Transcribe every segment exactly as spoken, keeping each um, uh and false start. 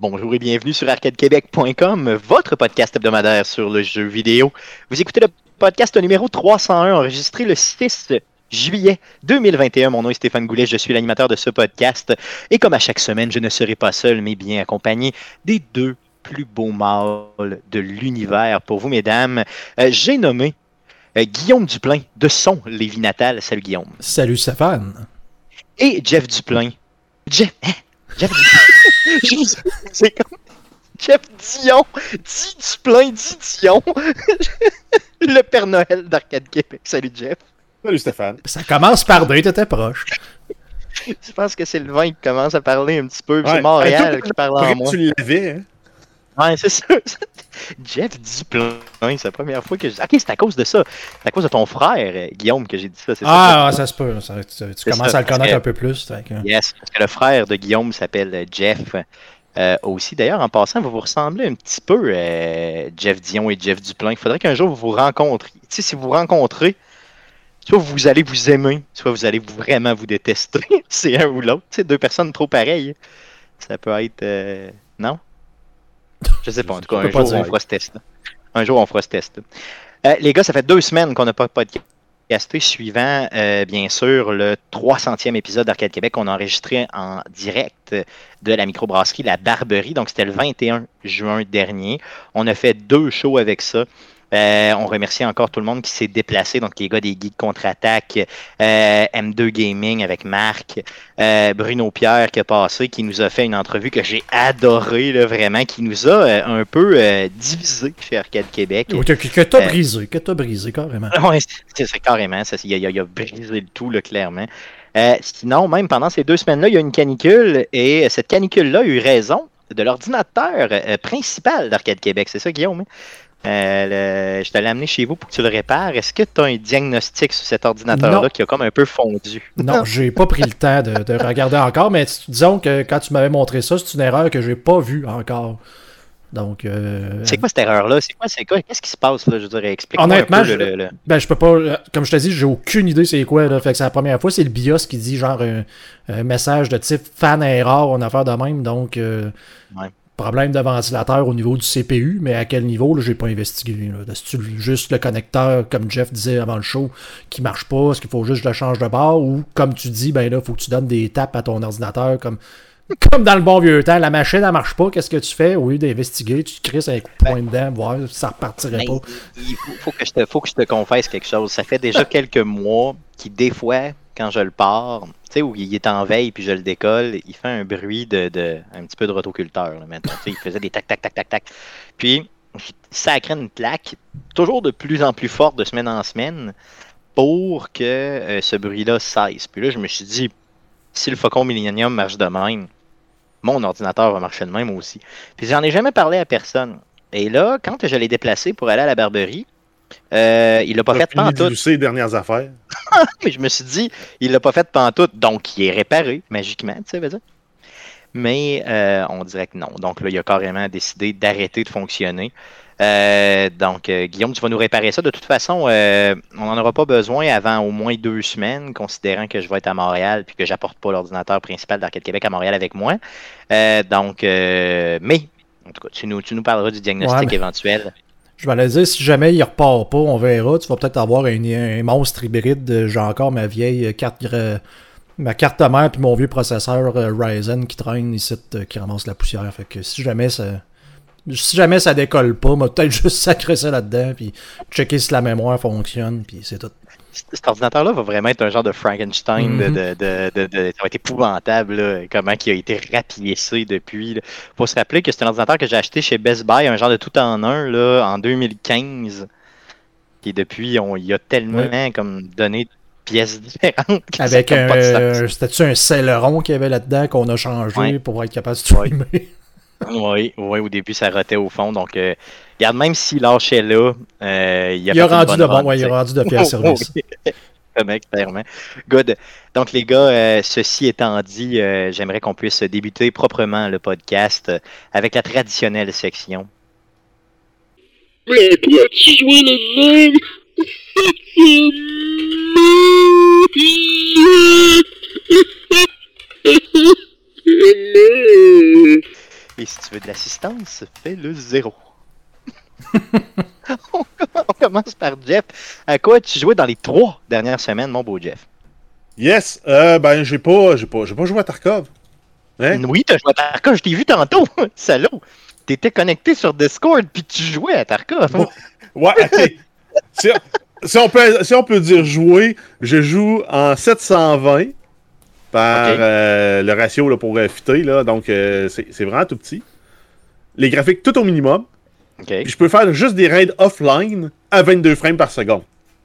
Bonjour et bienvenue sur arcade québec point com, votre podcast hebdomadaire sur le jeu vidéo. Vous écoutez le podcast numéro trois cent un, enregistré le six juillet deux mille vingt et un. Mon nom est Stéphane Goulet, je suis l'animateur de ce podcast. Et comme à chaque semaine, je ne serai pas seul, mais bien accompagné des deux plus beaux mâles de l'univers. Pour vous, mesdames, euh, j'ai nommé euh, Guillaume Duplain de Son Lévis Natal. Salut Guillaume. Salut Stéphane. Et Jeff Duplain. Jeff, hein? Jeff Duplain. C'est comme Jeff Dion. Dis Duplain, dis Dion. Le Père Noël d'Arcade Québec. Salut Jeff. Salut Stéphane. Ça commence par deux, t'étais proche. Je pense que c'est le vin qui commence à parler un petit peu. Ouais. C'est Montréal Hey, qui parle en moi. Tu l'avais, hein? Ouais, c'est ça. Jeff Duplain, c'est la première fois que je... Ok, c'est à cause de ça. C'est à cause de ton frère, Guillaume, que j'ai dit ça. C'est Ah, ça, ça se peut. Ça, tu tu C'est commences ça, à le connaître que... un peu plus. Fait que... Yes, parce que le frère de Guillaume s'appelle Jeff euh, aussi. D'ailleurs, en passant, vous vous ressemblez un petit peu, euh, Jeff Dion et Jeff Duplain. Il faudrait qu'un jour vous vous rencontriez. Tu sais, si vous vous rencontrez, soit vous allez vous aimer, soit vous allez vraiment vous détester. C'est un ou l'autre. Tu sais, deux personnes trop pareilles. Ça peut être... Euh... Non? Je sais pas, en tout cas, un jour, on fera ce test. Un jour, on fera ce test. Euh, les gars, ça fait deux semaines qu'on n'a pas podcasté, suivant, euh, bien sûr, le trois centième épisode d'Arcade Québec qu'on a enregistré en direct de la microbrasserie La Barberie. Donc, c'était le vingt et un juin dernier. On a fait deux shows avec ça. Euh, on remercie encore tout le monde qui s'est déplacé, donc les gars des Geeks Contre-Attaque, euh, M deux Gaming avec Marc, euh, Bruno Pierre qui a passé, qui nous a fait une entrevue que j'ai adorée, là, vraiment, qui nous a euh, un peu euh, divisé chez Arcade Québec. Que, que, que t'as euh, brisé, que t'as brisé carrément. Oui, c'est, c'est carrément, ça, il, a, il a brisé le tout, là, clairement. Euh, sinon, même pendant ces deux semaines-là, il y a une canicule, et cette canicule-là a eu raison de l'ordinateur euh, principal d'Arcade Québec. C'est ça, Guillaume? Hein? Euh, le, je te l'ai amené chez vous pour que tu le répares. Est-ce que tu as un diagnostic sur cet ordinateur-là non. qui a comme un peu fondu? Non, j'ai pas pris le temps de, de regarder encore, mais disons que quand tu m'avais montré ça, c'est une erreur que j'ai pas vue encore. Donc, euh... C'est quoi cette erreur-là? C'est quoi, c'est quoi? Qu'est-ce qui se passe là? Je dirais, explique-moi Honnêtement, un peu je, le, le... Ben, je peux pas. Comme je te dis, j'ai aucune idée c'est quoi. Là. Fait que c'est la première fois, c'est le BIOS qui dit genre un, un message de type fan error, on a affaire de même. Donc, euh, ouais. Problème de ventilateur au niveau du C P U, mais à quel niveau, là, j'ai pas investigué. Là. C'est-tu juste le connecteur, comme Jeff disait avant le show, qui marche pas? Est-ce qu'il faut juste que je le change de bord? Ou, comme tu dis, ben là, faut que tu donnes des tapes à ton ordinateur, comme, comme dans le bon vieux temps. La machine, elle marche pas, qu'est-ce que tu fais? Au lieu d'investiguer, tu te crisses un coup de poing dedans, voir si ça repartirait ben, pas. Il faut, faut, que je te, faut que je te confesse quelque chose. Ça fait déjà quelques mois qui, des fois, quand je le pars, tu sais, où il est en veille puis je le décolle, il fait un bruit de, de un petit peu de rotoculteur, là, maintenant. Tu sais, il faisait des tac, tac, tac, tac, tac. Puis, ça crée une plaque, toujours de plus en plus forte de semaine en semaine, pour que euh, ce bruit-là cesse. Puis là, je me suis dit, si le Faucon Millennium marche de même, mon ordinateur va marcher de même aussi. Puis, j'en ai jamais parlé à personne. Et là, quand je l'ai déplacé pour aller à la Barberie, Euh, il l'a pas fait pantoute. Les dernières affaires. Mais je me suis dit, il l'a pas fait pantoute, donc il est réparé, magiquement, tu sais, veux dire. Mais euh, on dirait que non. Donc là, il a carrément décidé d'arrêter de fonctionner. Euh, donc, euh, Guillaume, tu vas nous réparer ça. De toute façon, euh, on n'en aura pas besoin avant au moins deux semaines, considérant que je vais être à Montréal puis que j'apporte pas l'ordinateur principal d'Arcade Québec à Montréal avec moi. Euh, donc, euh, mais, en tout cas, tu nous, tu nous parleras du diagnostic ouais, mais... éventuel. Je vais aller dire, si jamais il repart pas, on verra. Tu vas peut-être avoir un, un monstre hybride. J'ai encore ma vieille carte euh, ma carte mère puis mon vieux processeur euh, Ryzen qui traîne ici, euh, qui ramasse la poussière. Fait que si jamais ça si jamais ça décolle pas, moi peut-être juste sacrer ça là-dedans puis checker si la mémoire fonctionne puis c'est tout. Cet ordinateur-là va vraiment être un genre de Frankenstein, mm-hmm. de, de, de, de, ça va être épouvantable, là, comment il a été rapiécé depuis. Il faut se rappeler que c'est un ordinateur que j'ai acheté chez Best Buy, un genre de tout en un, là, en deux mille quinze. Et depuis, on y a tellement oui. comme donné de pièces différentes. Avec un, euh, c'était-tu un Celeron qu'il y avait là-dedans qu'on a changé ouais. pour être capable de streamer? Ouais. Oui, oui, au début, ça rotait au fond. Donc, euh, regarde, même s'il lâchait là, euh, il a, il a rendu de bon, ouais, il a rendu de pierre service. Mec, clairement. Good. Donc, les gars, euh, ceci étant dit, euh, j'aimerais qu'on puisse débuter proprement le podcast euh, avec la traditionnelle section. Mais toi, tu jouais le même. Et si tu veux de l'assistance, fais le zéro. on, on commence par Jeff. À quoi tu jouais dans les trois dernières semaines, mon beau Jeff? Yes, euh, ben j'ai pas, j'ai pas, j'ai pas joué à Tarkov. Hein? Oui, t'as joué à Tarkov, je t'ai vu tantôt, salaud. T'étais connecté sur Discord puis tu jouais à Tarkov. Hein? Ouais, ok. si, si, on peut, si on peut dire jouer, je joue en sept cent vingt par okay. euh, le ratio là, pour euh, fitter, là, donc euh, c'est, c'est vraiment tout petit. Les graphiques tout au minimum. Okay. Puis je peux faire juste des raids offline à vingt-deux frames par seconde.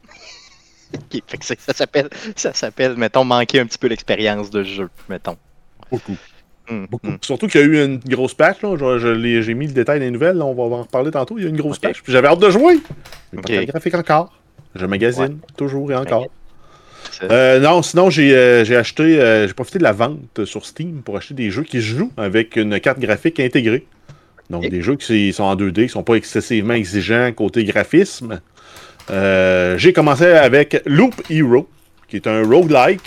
Okay, fait que ça, ça s'appelle, ça s'appelle, mettons, manquer un petit peu l'expérience de jeu, mettons. Beaucoup. Mm, Beaucoup. Mm. Surtout qu'il y a eu une grosse patch, là. Je, je j'ai mis le détail des nouvelles, là. On va en reparler tantôt. Il y a eu une grosse okay. patch, puis j'avais hâte de jouer. Mais okay. pas de graphique encore. Je magasine, ouais. toujours et encore. Okay. Euh, non, sinon, j'ai, euh, j'ai acheté, euh, j'ai profité de la vente sur Steam pour acheter des jeux qui se jouent avec une carte graphique intégrée. Donc, okay. des jeux qui sont en deux D, qui ne sont pas excessivement exigeants côté graphisme. Euh, j'ai commencé avec Loop Hero, qui est un roguelike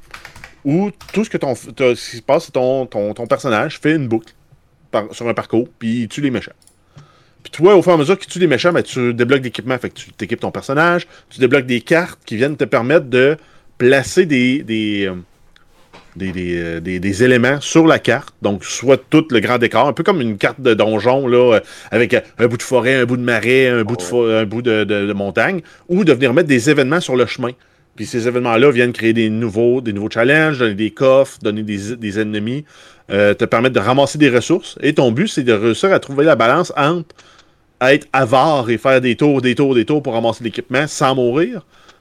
où tout ce que ton, ce qui se passe, c'est ton, ton, ton personnage fait une boucle par, sur un parcours, puis il tue les méchants. Puis toi, au fur et à mesure qu'il tue les méchants, ben, tu débloques l'équipement, fait que tu t'équipes ton personnage, tu débloques des cartes qui viennent te permettre de placer des, des, euh, des, des, des, des éléments sur la carte, donc soit tout le grand décor, un peu comme une carte de donjon, là, avec un bout de forêt, un bout de marais, un bout de, fo- un bout de, de, de montagne, ou de venir mettre des événements sur le chemin. Puis ces événements-là viennent créer des nouveaux, des nouveaux challenges, donner des coffres, donner des, des ennemis, euh, te permettre de ramasser des ressources. Et ton but, c'est de réussir à trouver la balance entre être avare et faire des tours, des tours, des tours pour ramasser l'équipement sans mourir.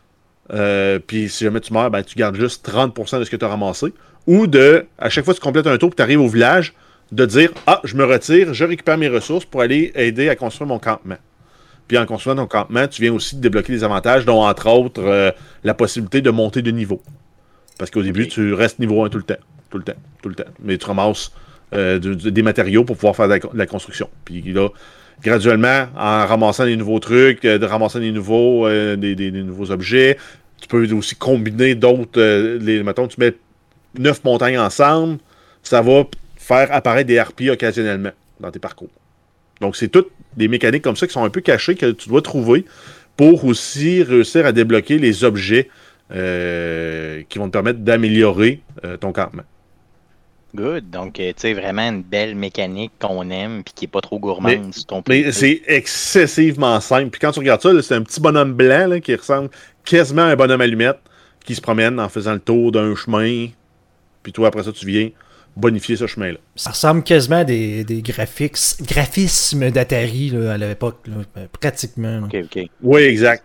Euh, puis si jamais tu meurs, ben, tu gardes juste trente pour cent de ce que tu as ramassé. Ou de, à chaque fois que tu complètes un tour et que tu arrives au village, de dire « Ah, je me retire, je récupère mes ressources pour aller aider à construire mon campement. » Puis en construisant ton campement, tu viens aussi de débloquer des avantages, dont entre autres euh, la possibilité de monter de niveau. Parce qu'au début, okay. tu restes niveau un tout le temps. Tout le temps. Tout le temps. Mais tu ramasses euh, de, de, des matériaux pour pouvoir faire de la, de la construction. Puis là, graduellement, en ramassant des nouveaux trucs, euh, de ramassant des nouveaux, euh, des, des, des nouveaux objets, tu peux aussi combiner d'autres. Euh, les, mettons, tu mets neuf montagnes ensemble, ça va faire apparaître des harpies occasionnellement dans tes parcours. Donc, c'est toutes des mécaniques comme ça qui sont un peu cachées que tu dois trouver pour aussi réussir à débloquer les objets euh, qui vont te permettre d'améliorer euh, ton campement. Good. Donc, euh, tu sais, vraiment une belle mécanique qu'on aime puis qui n'est pas trop gourmande mais, sur ton Mais plaisir. C'est excessivement simple. Puis quand tu regardes ça, là, c'est un petit bonhomme blanc là, qui ressemble quasiment à un bonhomme allumette qui se promène en faisant le tour d'un chemin. Puis toi, après ça, tu viens bonifier ce chemin-là. Ça ressemble quasiment à des, des graphiques, graphismes d'Atari là, à l'époque, là, pratiquement. Là. OK, OK. Oui, exact.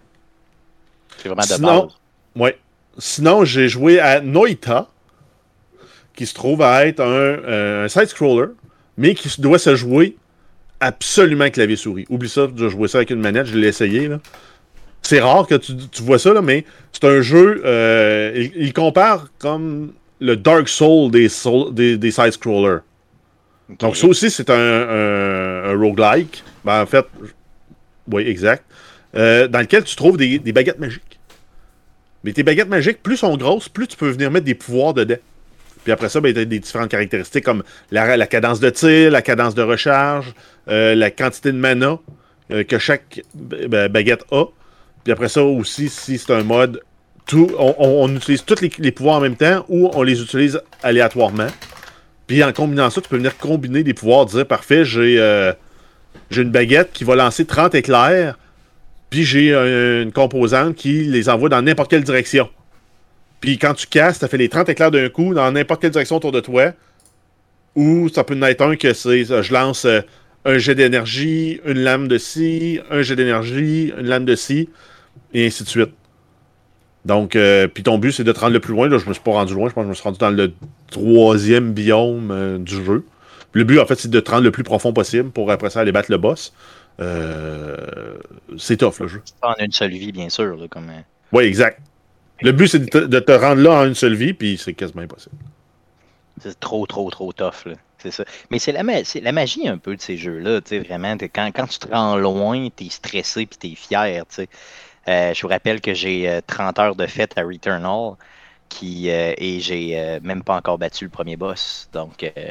C'est vraiment de Sinon, base. Ouais. Sinon, j'ai joué à Noita, qui se trouve à être un, euh, un side-scroller, mais qui doit se jouer absolument clavier-souris. Oublie ça, de jouer ça avec une manette, je l'ai essayé, là. C'est rare que tu, tu vois ça, là, mais c'est un jeu... Euh, il, il compare comme le Dark Souls des, soul, des, des side-scrollers. Okay. Donc ça aussi, c'est un, un, un roguelike. Ben, en fait, oui, exact. Euh, dans lequel tu trouves des, des baguettes magiques. Mais tes baguettes magiques, plus sont grosses, plus tu peux venir mettre des pouvoirs dedans. Puis après ça, ben, tu as des différentes caractéristiques comme la, la cadence de tir, la cadence de recharge, euh, la quantité de mana euh, que chaque baguette a. Puis après ça aussi, si c'est un mode, tout, on, on, on utilise tous les, les pouvoirs en même temps ou on les utilise aléatoirement. Puis en combinant ça, tu peux venir combiner des pouvoirs, dire parfait, j'ai, euh, j'ai une baguette qui va lancer trente éclairs, puis j'ai euh, une composante qui les envoie dans n'importe quelle direction. Puis quand tu casses, ça fait les trente éclairs d'un coup dans n'importe quelle direction autour de toi. Ou ça peut en être un que c'est, je lance euh, un jet d'énergie, une lame de scie, un jet d'énergie, une lame de scie, et ainsi de suite. Donc, euh, puis ton but, c'est de te rendre le plus loin. Là, je me suis pas rendu loin, je pense que je me suis rendu dans le troisième biome euh, du jeu. Puis le but, en fait, c'est de te rendre le plus profond possible pour après ça aller battre le boss. Euh, c'est tough, le jeu. En une seule vie, bien sûr. Là, comme... Oui, exact. Le but, c'est de te, de te rendre là en une seule vie, puis c'est quasiment impossible. C'est trop, trop, trop tough, là. C'est ça. Mais c'est la, ma- c'est la magie un peu de ces jeux-là, tu sais, vraiment. Quand, quand tu te rends loin, t'es stressé puis t'es fier, tu sais. Euh, je vous rappelle que j'ai euh, trente heures de fête à Returnal qui, euh, et j'ai euh, même pas encore battu le premier boss. Donc, euh,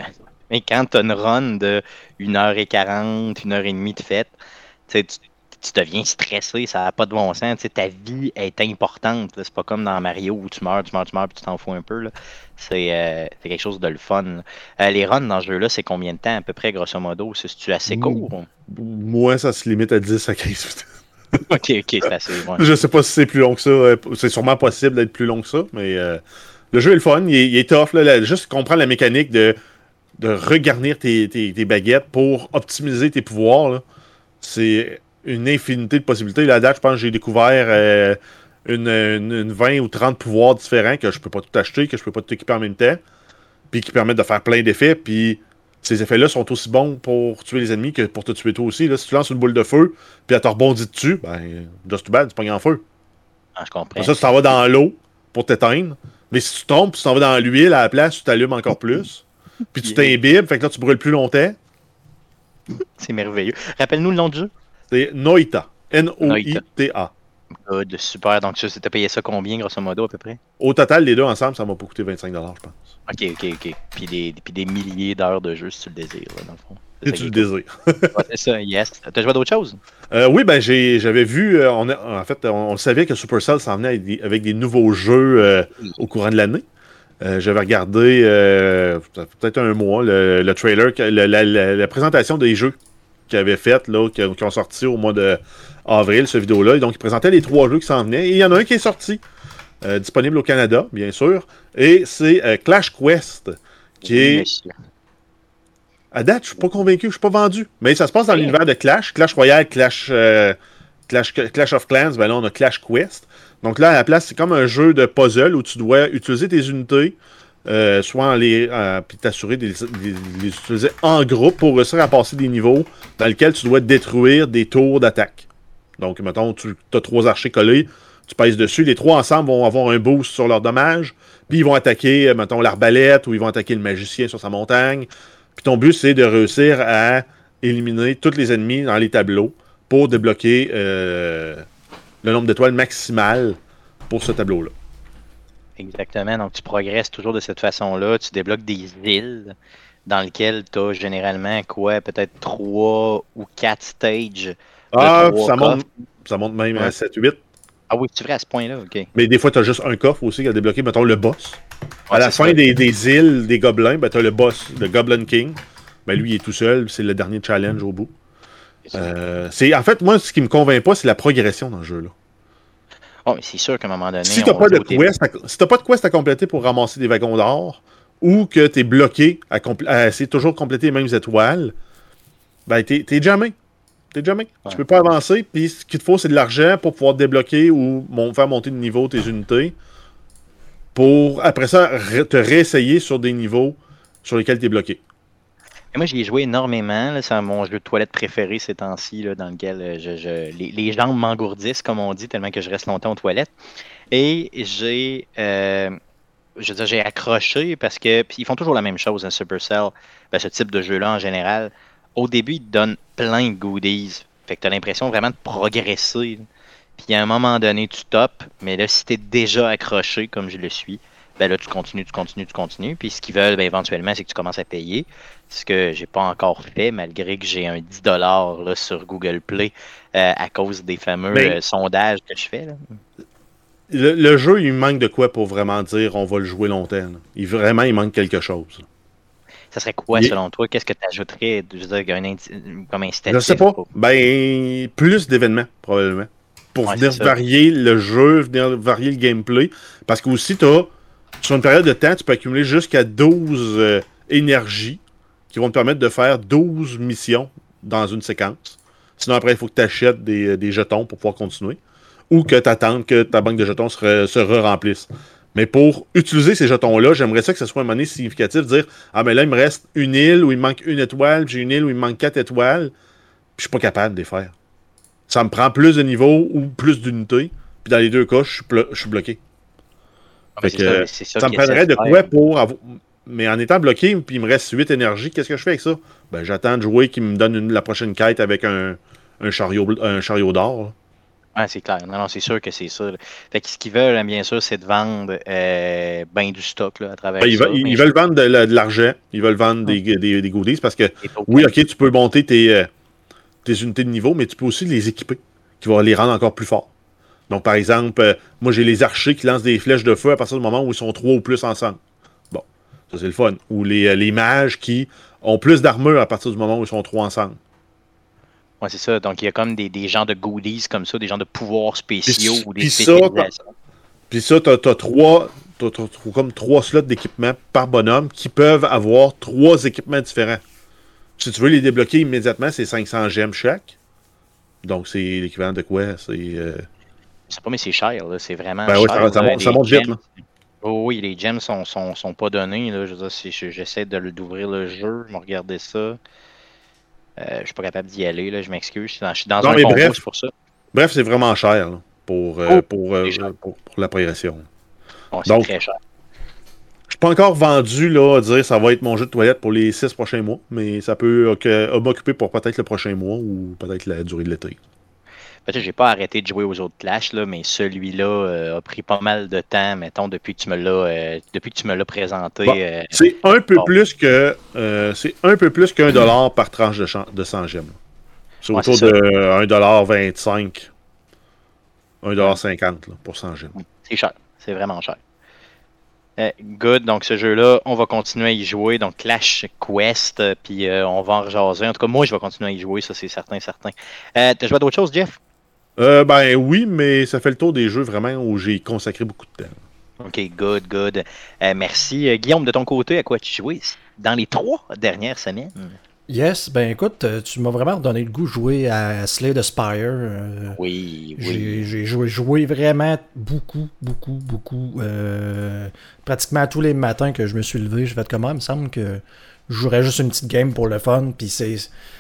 Mais quand tu as une run de une heure quarante, une heure trente de fête, tu, tu deviens stressé, ça n'a pas de bon sens. Ta vie est importante. C'est pas comme dans Mario où tu meurs, tu meurs, tu meurs, puis tu t'en fous un peu. C'est euh, quelque chose de le fun. Euh, les runs dans ce jeu-là, c'est combien de temps à peu près, grosso modo? C'est-tu assez court? Moi, ça se limite à dix à quinze minutes. Ok, ok, c'est assez. Ouais. Je sais pas si c'est plus long que ça. C'est sûrement possible d'être plus long que ça, mais euh, le jeu est le fun. Il est, il est tough. Là, là, juste comprendre la mécanique de, de regarnir tes, tes, tes baguettes pour optimiser tes pouvoirs. Là. C'est une infinité de possibilités. Là, à date, je pense que j'ai découvert euh, une, une, une vingt ou trente pouvoirs différents que je peux pas tout acheter, que je peux pas tout équiper en même temps, puis qui permettent de faire plein d'effets. Puis ces effets-là sont aussi bons pour tuer les ennemis que pour te tuer toi aussi. Là, si tu lances une boule de feu, puis elle te rebondit dessus, ben, just too bad, tu pognes en feu. Ah, je comprends. Ça, tu t'en vas dans l'eau pour t'éteindre. Mais si tu tombes, tu t'en vas dans l'huile à la place, tu t'allumes encore plus. Puis tu t'imbibes, fait que là, tu brûles plus longtemps. C'est merveilleux. Rappelle-nous le nom du jeu. C'est Noita. N O I T A. Good, super. Donc, tu as payé ça combien, grosso modo, à peu près? Au total, les deux ensemble, ça m'a pas coûté vingt-cinq dollars, je pense. Ok, ok, ok. Puis des, puis des milliers d'heures de jeu, si tu le désires, là, dans le fond. Si tu le désires. Ouais, c'est ça, yes. T'as joué à d'autres choses? Euh, oui, ben j'ai, j'avais vu, euh, on a, en fait, on, on savait que Supercell s'en venait avec des, avec des nouveaux jeux euh, au courant de l'année. Euh, j'avais regardé, euh, peut-être un mois, le, le trailer, le, la, la, la présentation des jeux qu'ils avaient fait, là, qui, qui ont sorti au mois d'avril, ce vidéo-là. Et donc, ils présentaient les trois jeux qui s'en venaient. Et il y en a un qui est sorti, euh, disponible au Canada, bien sûr. Et c'est euh, Clash Quest, qui oui, est... Monsieur. À date, je suis pas convaincu, je suis pas vendu. Mais ça se passe dans oui. l'univers de Clash. Clash Royale, Clash, euh, Clash, Clash of Clans, ben là, on a Clash Quest. Donc là, à la place, c'est comme un jeu de puzzle où tu dois utiliser tes unités, euh, soit en les... Euh, puis t'assurer de les, de les utiliser en groupe pour réussir à passer des niveaux dans lesquels tu dois détruire des tours d'attaque. Donc, mettons, tu as trois archers collés, tu pèses dessus, les trois ensemble vont avoir un boost sur leur dommage, puis ils vont attaquer, mettons, l'arbalète, ou ils vont attaquer le magicien sur sa montagne. Puis ton but, c'est de réussir à éliminer tous les ennemis dans les tableaux pour débloquer euh, le nombre d'étoiles maximal pour ce tableau-là. Exactement. Donc, tu progresses toujours de cette façon-là. Tu débloques des îles dans lesquelles tu as généralement, quoi, peut-être trois ou quatre stages. Ah, ça monte, ça monte même ouais. à sept huit. Ah oui, tu ferais à ce point-là, ok. Mais des fois, tu as juste un coffre aussi qui a débloqué, mettons, le boss. Ouais, à la fin ça. des, des îles des gobelins, ben, tu as le boss, le Goblin King. Ben, lui, il est tout seul, c'est le dernier challenge au bout. Euh, c'est, en fait, moi, ce qui me convainc pas, c'est la progression dans le jeu-là. Oh, mais c'est sûr qu'à un moment donné... Si tu n'as pas, si pas de quest à compléter pour ramasser des wagons d'or, ou que tu es bloqué à, compl- à essayer de toujours compléter les mêmes étoiles, ben, t'es, t'es jamais. T'es jamais. Ouais. Tu peux pas avancer, puis ce qu'il te faut, c'est de l'argent pour pouvoir débloquer ou mon- faire monter de niveau tes unités. Pour, après ça, ré- te réessayer sur des niveaux sur lesquels tu es bloqué. Et moi, j'y ai joué énormément. Là, c'est mon jeu de toilette préféré ces temps-ci, là, dans lequel je, je, les, les jambes m'engourdissent, comme on dit, tellement que je reste longtemps aux toilettes. Et j'ai, euh, je veux dire, j'ai accroché parce que ils font toujours la même chose, hein, Supercell, ben, ce type de jeu-là en général. Au début, ils te donnent plein de goodies. Fait que tu as l'impression vraiment de progresser. Là. Puis à un moment donné, tu topes, mais là, si tu es déjà accroché, comme je le suis, ben là, tu continues, tu continues, tu continues. Puis ce qu'ils veulent, ben, éventuellement, c'est que tu commences à payer. Ce que j'ai pas encore fait, malgré que j'ai un dix dollars là, sur Google Play euh, à cause des fameux ben, euh, sondages que je fais. Là. Le, le jeu, il manque de quoi pour vraiment dire on va le jouer longtemps. Là. Il, vraiment, il manque quelque chose. Ça serait quoi, il... selon toi? Qu'est-ce que tu ajouterais je veux dire, un, comme incitatif? Je sais pas. Pour... Ben, plus d'événements, probablement. Pour ouais, venir varier le jeu, venir varier le gameplay. Parce que aussi, tu as, sur une période de temps, tu peux accumuler jusqu'à douze euh, énergies qui vont te permettre de faire douze missions dans une séquence. Sinon, après, il faut que tu achètes des, des jetons pour pouvoir continuer. Ou que tu attendes que ta banque de jetons se, se re-remplisse. Mais pour utiliser ces jetons-là, j'aimerais ça que ce soit un moment significatif, dire « Ah, mais là, il me reste une île où il me manque une étoile, puis j'ai une île où il me manque quatre étoiles, puis je suis pas capable de les faire. » Ça me prend plus de niveaux ou plus d'unités, puis dans les deux cas, je suis, plo- je suis bloqué. Ah, fait que, ça, ça, ça me prendrait de quoi pour avoir... Mais en étant bloqué, puis il me reste huit énergies, qu'est-ce que je fais avec ça? Ben, j'attends de jouer qu'il me donne une, la prochaine quête avec un, un, chariot, un chariot d'or. Là. Ouais, c'est clair. Non, non, c'est sûr que c'est ça. Là. Fait que ce qu'ils veulent, bien sûr, c'est de vendre euh, ben du stock là, à travers ben, ils ça. Veulent, ils veulent vendre de, de l'argent. Ils veulent vendre des, des, des goodies parce que, oui, OK, tu peux monter tes, euh, tes unités de niveau, mais tu peux aussi les équiper, qui vont les rendre encore plus forts. Donc, par exemple, euh, moi, j'ai les archers qui lancent des flèches de feu à partir du moment où ils sont trois ou plus ensemble. Bon, ça, c'est le fun. Ou les, les mages qui ont plus d'armure à partir du moment où ils sont trois ensemble. Ouais, c'est ça. Donc, il y a comme des, des genres de goodies comme ça, des genres de pouvoirs spéciaux Pis, ou des pis spécialisations. Puis ça, t'as, t'as trois, t'as, t'as, t'as comme trois slots d'équipement par bonhomme qui peuvent avoir trois équipements différents. Si tu veux les débloquer immédiatement, c'est cinq cents gemmes chaque. Donc, c'est l'équivalent de quoi? C'est... Euh... Je sais pas, mais c'est cher, là. C'est vraiment ben cher. Oui, ça, ça, monte, ça monte vite, là. Oh, oui, les gems sont, sont, sont pas donnés, là. Je veux dire, si j'essaie de, d'ouvrir le jeu, je vais regarder ça. Euh, je suis pas capable d'y aller, là, je m'excuse. Je suis dans, je suis dans non, un mais combo, bref, c'est pour ça. Bref, c'est vraiment cher là, pour, euh, oh, pour, euh, pour, pour la progression. Bon, c'est très cher. Je suis pas encore vendu là, à dire ça va être mon jeu de toilette pour les six prochains mois, mais ça peut euh, m'occuper pour peut-être le prochain mois ou peut-être la durée de l'été. Peut-être j'ai pas arrêté de jouer aux autres Clash, là, mais celui-là euh, a pris pas mal de temps, mettons, depuis que tu me l'as euh, depuis que tu me l'as présenté. Bon, euh, c'est un peu bon. plus que euh, c'est un peu plus qu'un dollar par tranche de, champ, de cent gemmes. C'est ouais, autour c'est de un dollar vingt-cinq, un dollar cinquante là, pour cent gemmes. C'est cher, c'est vraiment cher. Euh, good, donc ce jeu-là, on va continuer à y jouer. Donc Clash Quest, euh, puis euh, on va en rejaser. En tout cas, moi, je vais continuer à y jouer, ça c'est certain, certain. Euh, T'as joué à d'autres choses, Jeff? Euh, ben oui, mais ça fait le tour des jeux vraiment où j'ai consacré beaucoup de temps. OK, good, good. Euh, merci. Euh, Guillaume, de ton côté, à quoi tu jouais dans les trois dernières semaines? Yes, ben écoute, tu m'as vraiment redonné le goût de jouer à Slay the Spire. Euh, oui, oui. J'ai, j'ai joué, joué vraiment beaucoup, beaucoup, beaucoup. Euh, pratiquement tous les matins que je me suis levé, je vais être comme, il me semble que je jouerais juste une petite game pour le fun. Puis c'est,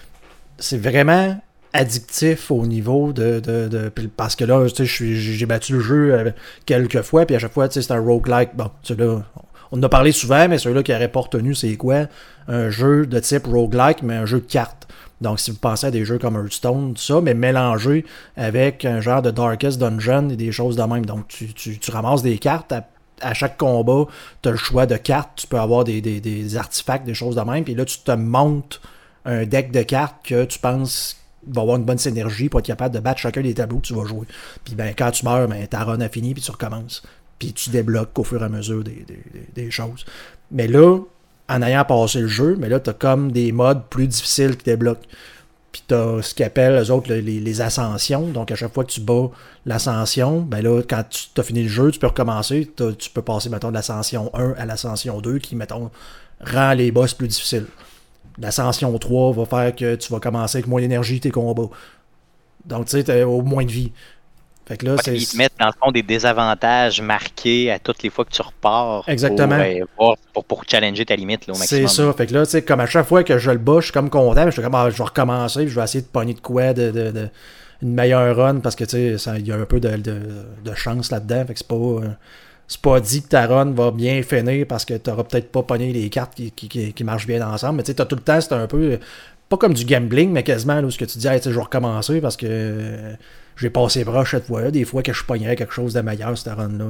c'est vraiment addictif au niveau de, de, de parce que là, tu sais, j'ai battu le jeu quelques fois, puis à chaque fois, tu sais, c'est un roguelike. Bon, tu sais, là, on en a parlé souvent, mais celui-là qui n'aurait pas retenu, c'est quoi? Un jeu de type roguelike, mais un jeu de cartes. Donc, si vous pensez à des jeux comme Hearthstone, tout ça, mais mélangé avec un genre de Darkest Dungeon et des choses de même. Donc, tu, tu, tu ramasses des cartes. À, à chaque combat, tu as le choix de cartes. Tu peux avoir des, des, des artefacts, des choses de même. Puis là, tu te montes un deck de cartes que tu penses va avoir une bonne synergie pour être capable de battre chacun des tableaux que tu vas jouer. Puis ben, quand tu meurs, ben, ta run a fini, puis tu recommences. Puis tu débloques au fur et à mesure des, des, des, des choses. Mais là, en ayant passé le jeu, mais là, tu as comme des modes plus difficiles qui débloquent. Puis tu as ce qu'ils appellent, eux autres, les, les ascensions. Donc, à chaque fois que tu bats l'ascension, ben là, quand tu as fini le jeu, tu peux recommencer. Tu peux passer, mettons, de l'ascension un à l'ascension deux, qui, mettons, rend les boss plus difficiles. L'ascension trois va faire que tu vas commencer avec moins d'énergie tes combats. Donc, tu sais, tu as au moins de vie. Fait que là, ouais, c'est... Ils te mettent dans le fond des désavantages marqués à toutes les fois que tu repars. Exactement. Pour, euh, pour, pour challenger ta limite là, au maximum. C'est ça. Fait que là, tu sais, comme à chaque fois que je le bats, je suis comme content. Je suis comme, ah, je vais recommencer. Puis je vais essayer de pogner de quoi, de, de, de une meilleure run. Parce que, tu sais, il y a un peu de, de, de chance là-dedans. Fait que c'est pas... Euh, c'est pas dit que ta run va bien finir parce que t'auras peut-être pas pogné les cartes qui, qui, qui, qui marchent bien ensemble. Mais tu sais, t'as tout le temps, c'est un peu... Pas comme du gambling, mais quasiment, là, où ce que tu dis, hey, je vais recommencer parce que euh, j'ai passé proche cette fois-là. Des fois que je pognerais quelque chose de meilleur, cette run-là.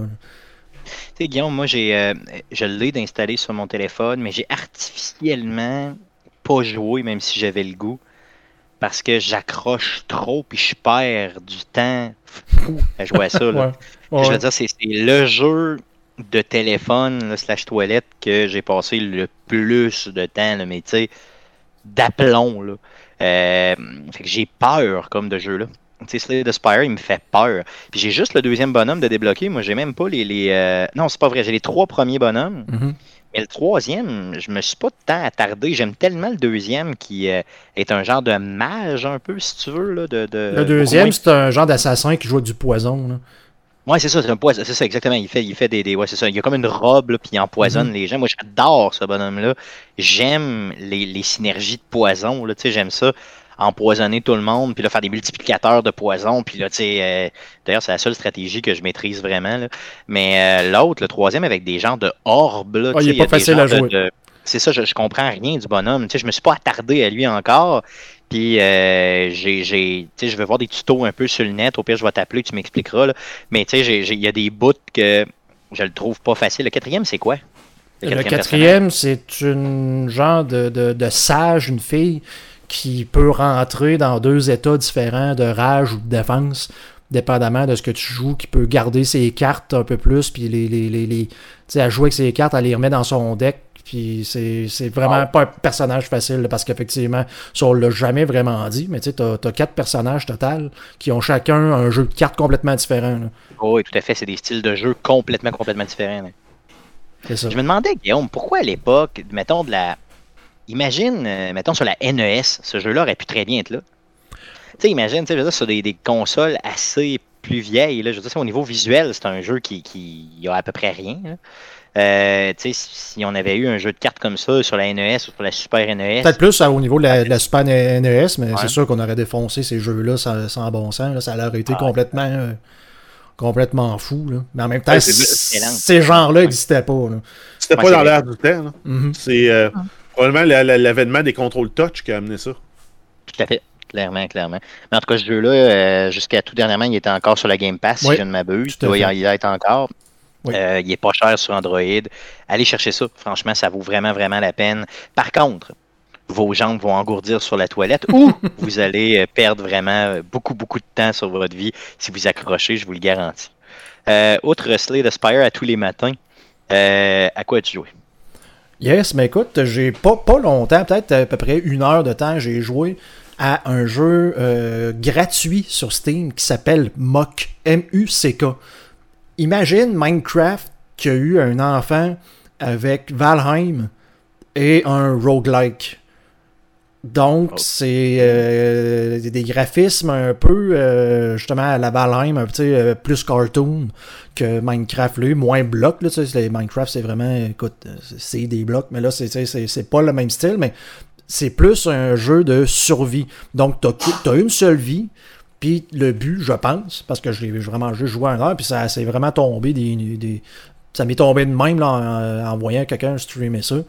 Tu sais, Guillaume, moi, j'ai, euh, je l'ai d'installer sur mon téléphone, mais j'ai artificiellement pas joué, même si j'avais le goût, parce que j'accroche trop puis je perds du temps fou à jouer à ça. Là. ouais. Ouais. Je veux dire, c'est, c'est le jeu de téléphone là, slash toilette que j'ai passé le plus de temps, là, mais tu sais, d'aplomb. Là. Euh, fait que j'ai peur comme de jeu-là. Tu sais, Slay the Spire, il me fait peur. Puis j'ai juste le deuxième bonhomme de débloquer. Moi, j'ai même pas les... les euh... Non, c'est pas vrai. J'ai les trois premiers bonhommes. Mm-hmm. Mais le troisième, je me suis pas tant attardé. J'aime tellement le deuxième qui euh, est un genre de mage un peu, si tu veux. Là, de, de... Le deuxième, moins... c'est un genre d'assassin qui joue avec du poison. Là. Ouais, c'est ça, c'est un poison. C'est ça, exactement. Il fait, il fait des, des. Ouais, c'est ça. Il y a comme une robe, là, puis il empoisonne mm-hmm. les gens. Moi, j'adore ce bonhomme-là. J'aime les, les synergies de poison. Là, tu sais, j'aime ça. Empoisonner tout le monde, puis là, faire des multiplicateurs de poison, puis là, tu sais, euh, d'ailleurs, c'est la seule stratégie que je maîtrise vraiment, là. Mais euh, l'autre, le troisième, avec des genres de orbes, là, oh, il est pas facile à jouer. De, de... c'est ça, je, je comprends rien du bonhomme. Tu sais, je me suis pas attardé à lui encore. Puis, euh, j'ai, j'ai, tu sais, je vais voir des tutos un peu sur le net. Au pire, je vais t'appeler, tu m'expliqueras. Là. Mais tu sais, il y a des bouts que je le trouve pas facile. Le quatrième, c'est quoi? Le quatrième, le quatrième c'est une genre de, de, de sage, une fille qui peut rentrer dans deux états différents de rage ou de défense, dépendamment de ce que tu joues, qui peut garder ses cartes un peu plus, puis les, les, les, les tu sais, à jouer avec ses cartes, elle les remet dans son deck. Puis c'est, c'est vraiment oh. pas un personnage facile, parce qu'effectivement, ça on l'a jamais vraiment dit, mais tu sais, t'as, t'as quatre personnages total qui ont chacun un jeu de cartes complètement différent. Là. Oh, oui, tout à fait, c'est des styles de jeu complètement, complètement différents. Là. C'est ça. Je me demandais, Guillaume, pourquoi à l'époque, mettons de la... Imagine, euh, mettons sur la N E S, ce jeu-là aurait pu très bien être là. Tu sais, imagine, tu sais, je veux dire, sur des, des consoles assez plus vieilles, là, je veux dire, au niveau visuel, c'est un jeu qui, qui a à peu près rien, là. Euh, tu sais, si on avait eu un jeu de cartes comme ça sur la N E S ou sur la Super N E S... Peut-être plus au niveau de la, de la Super N E S, mais ouais. c'est sûr qu'on aurait défoncé ces jeux-là sans, sans bon sens. Là. Ça aurait été ah, complètement, euh, complètement fou. Là. Mais en même temps, ouais, ces genres-là n'existaient pas. Là. C'était ouais, pas dans l'air du temps. Là. Mm-hmm. C'est euh, ah. probablement la, la, l'avènement des contrôles touch qui a amené ça. Tout à fait. Clairement, clairement. Mais en tout cas, ce jeu-là, euh, jusqu'à tout dernièrement, il était encore sur la Game Pass, oui, si je ne m'abuse. Il doit y être encore. Oui. Euh, il est pas cher sur Android. Allez chercher ça. Franchement, ça vaut vraiment, vraiment la peine. Par contre, vos jambes vont engourdir sur la toilette ou vous allez perdre vraiment beaucoup, beaucoup de temps sur votre vie si vous accrochez, je vous le garantis. Euh, outre Slay the Spire à tous les matins, euh, à quoi as-tu joué? Yes, mais écoute, j'ai pas, pas longtemps, peut-être à peu près une heure de temps, j'ai joué à un jeu euh, gratuit sur Steam qui s'appelle Muck. M U C K. Imagine Minecraft qui a eu un enfant avec Valheim et un roguelike. Donc, oh. c'est euh, des graphismes un peu, euh, justement, à la Valheim, un petit euh, plus cartoon que Minecraft, là, moins blocs. Là, les Minecraft, c'est vraiment, écoute, c'est des blocs, mais là, c'est, c'est, c'est pas le même style, mais c'est plus un jeu de survie. Donc, t'as, t'as une seule vie. Puis le but, je pense, parce que je l'ai vraiment juste joué un heure, puis ça s'est vraiment tombé des, des. Ça m'est tombé de même là, en, en voyant quelqu'un streamer ça.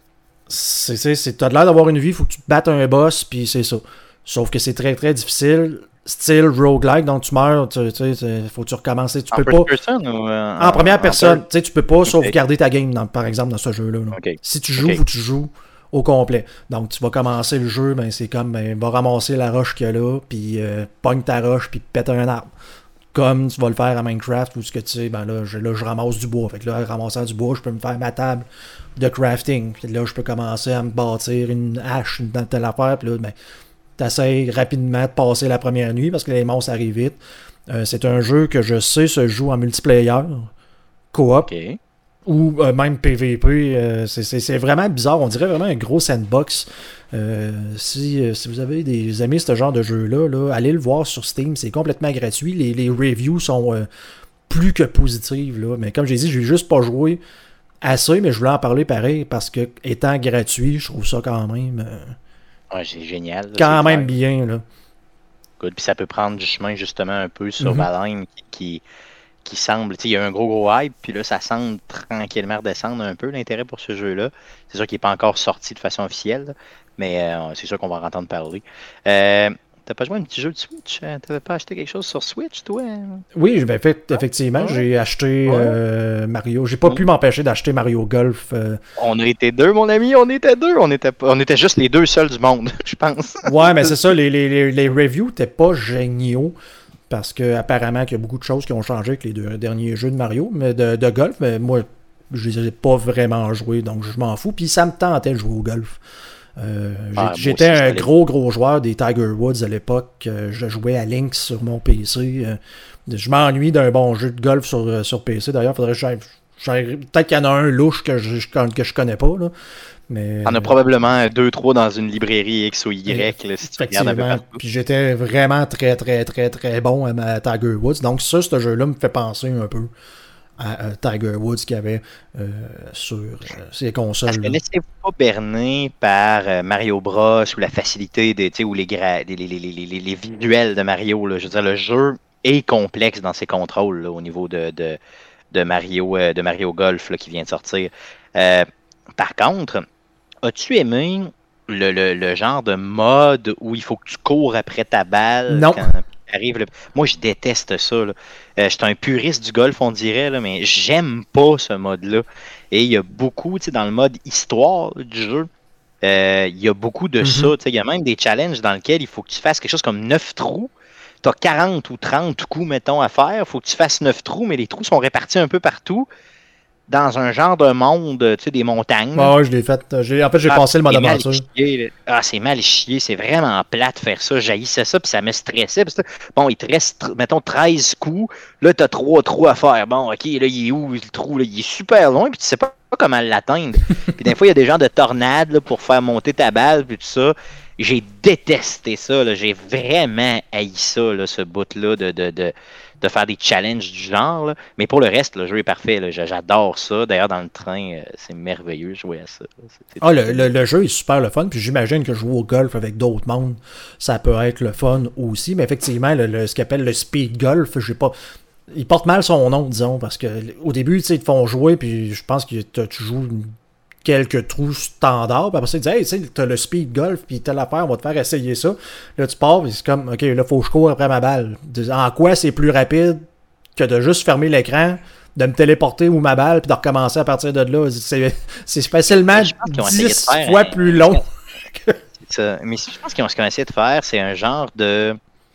C'est, c'est, c'est, t'as l'air d'avoir une vie, il faut que tu te battes un boss, puis c'est ça. Sauf que c'est très très difficile. Style roguelike, donc tu meurs, tu sais, faut que tu recommences. Tu en peux pas. Personne, ou euh, en, en première en personne, tu sais, tu peux pas okay. sauvegarder ta game, dans, par exemple, dans ce jeu-là. Là. Okay. Si tu joues, okay. faut que tu joues au complet. Donc, tu vas commencer le jeu, ben c'est comme, ben, va ramasser la roche qu'il y a là, puis euh, pogne ta roche, puis pète un arbre. Comme tu vas le faire à Minecraft, où ce que tu sais, ben là je, là, je ramasse du bois. Fait que là, en ramassant du bois, je peux me faire ma table de crafting. Puis là, je peux commencer à me bâtir une hache, une telle affaire, puis là, ben, t'essayes rapidement de passer la première nuit, parce que les monstres arrivent vite. Euh, c'est un jeu que je sais se joue en multiplayer, coop. Okay. Ou euh, même P V P, euh, c'est, c'est, c'est vraiment bizarre. On dirait vraiment un gros sandbox. Euh, si, euh, si vous avez des amis ce genre de jeu-là, là, allez le voir sur Steam. C'est complètement gratuit. Les, les reviews sont euh, plus que positives. Là. Mais comme j'ai dit, je n'ai juste pas joué assez, mais je voulais en parler pareil parce que étant gratuit, je trouve ça quand même... Euh, ouais, c'est génial. Là, quand c'est même clair. Bien. Là. Good. Puis ça peut prendre du chemin justement un peu sur mm-hmm. Valheim qui... qui... qui semble, tu sais, il y a un gros gros hype, puis là, ça semble tranquillement redescendre un peu l'intérêt pour ce jeu-là. C'est sûr qu'il n'est pas encore sorti de façon officielle, là, mais euh, c'est sûr qu'on va en entendre parler. Euh, t'as pas joué à un petit jeu de Switch? T'avais pas acheté quelque chose sur Switch, toi? Oui, ben, fait, effectivement, ah, j'ai acheté ouais. euh, Mario. J'ai pas mmh. pu m'empêcher d'acheter Mario Golf. Euh... On a été deux, mon ami, on était deux. On était, pas, on était juste les deux seuls du monde, je pense. Ouais, mais c'est ça, les, les, les, les reviews n'étaient pas géniaux. Parce qu'apparemment qu'il y a beaucoup de choses qui ont changé avec les deux derniers jeux de Mario, mais de, de golf, mais moi, je les ai pas vraiment joués, donc je m'en fous. Puis ça me tentait de jouer au golf. Euh, ah, j'étais aussi, un gros, gros joueur des Tiger Woods à l'époque. Je jouais à Lynx sur mon P C. Je m'ennuie d'un bon jeu de golf sur, sur P C. D'ailleurs, faudrait que j'aille, j'aille, peut-être qu'il y en a un louche que je, que je connais pas, là. Mais... On a probablement deux, trois dans une librairie X ou Y. Là, si tu regardes un peu partout. Puis j'étais vraiment très, très, très, très bon à ma Tiger Woods. Donc ça, ce jeu-là me fait penser un peu à, à Tiger Woods qu'il y avait euh, sur euh, ces consoles. Est-ce que laissez-vous pas berner par euh, Mario Bros ou la facilité de, ou les, gra- les, les, les, les, les, les visuels de Mario? Là. Je veux dire, le jeu est complexe dans ses contrôles là, au niveau de, de, de, Mario, euh, de Mario Golf là, qui vient de sortir. Euh, par contre... as-tu aimé le, le, le genre de mode où il faut que tu cours après ta balle non. quand arrive le... Moi, je déteste ça. Là. Euh, je suis un puriste du golf, on dirait, là, mais j'aime pas ce mode-là. Et il y a beaucoup, tu sais, dans le mode histoire du jeu, euh, il y a beaucoup de Mm-hmm. ça. Il y a même des challenges dans lesquels il faut que tu fasses quelque chose comme neuf trous. Tu as quarante ou trente coups, mettons, à faire. Il faut que tu fasses neuf trous, mais les trous sont répartis un peu partout dans un genre de monde, tu sais, des montagnes. Ah ouais, je l'ai fait. J'ai, en fait, j'ai ah, passé le mode mal aventure. Chié, ah, c'est mal chié. C'est vraiment plate de faire ça. J'haïssais ça, puis ça me stressait. Parce que, bon, il te reste, mettons, treize coups. Là, tu as trois trous à faire. Bon, OK, là, il est où le trou? Là? Il est super loin, puis tu sais pas comment l'atteindre. Puis des fois, il y a des genres de tornades là, pour faire monter ta balle, puis tout ça. J'ai détesté ça. Là. J'ai vraiment haï ça, là, ce bout-là de, de, de, de faire des challenges du genre. Là. Mais pour le reste, le jeu est parfait. Là. J'adore ça. D'ailleurs, dans le train, euh, c'est merveilleux de jouer à ça. C'est, ah, le, le, le jeu est super le fun. Puis j'imagine que jouer au golf avec d'autres mondes, ça peut être le fun aussi. Mais effectivement, le, le, ce qu'on appelle le speed golf, j'ai pas... il porte mal son nom, disons. Parce que au début, tu sais, ils te font jouer. Puis je pense que tu joues une quelques trous standards, puis après ça, ils disent, hey, tu sais, t'as le speed golf, puis telle affaire, on va te faire essayer ça. Là, tu pars, puis c'est comme, ok, là, faut que je cours après ma balle. En quoi c'est plus rapide que de juste fermer l'écran, de me téléporter où ma balle, puis de recommencer à partir de là? C'est, c'est facilement dix fois un... plus long. c'est ça. Mais je pense qu'ils ont, ce qu'ils ont essayé de faire, c'est un genre de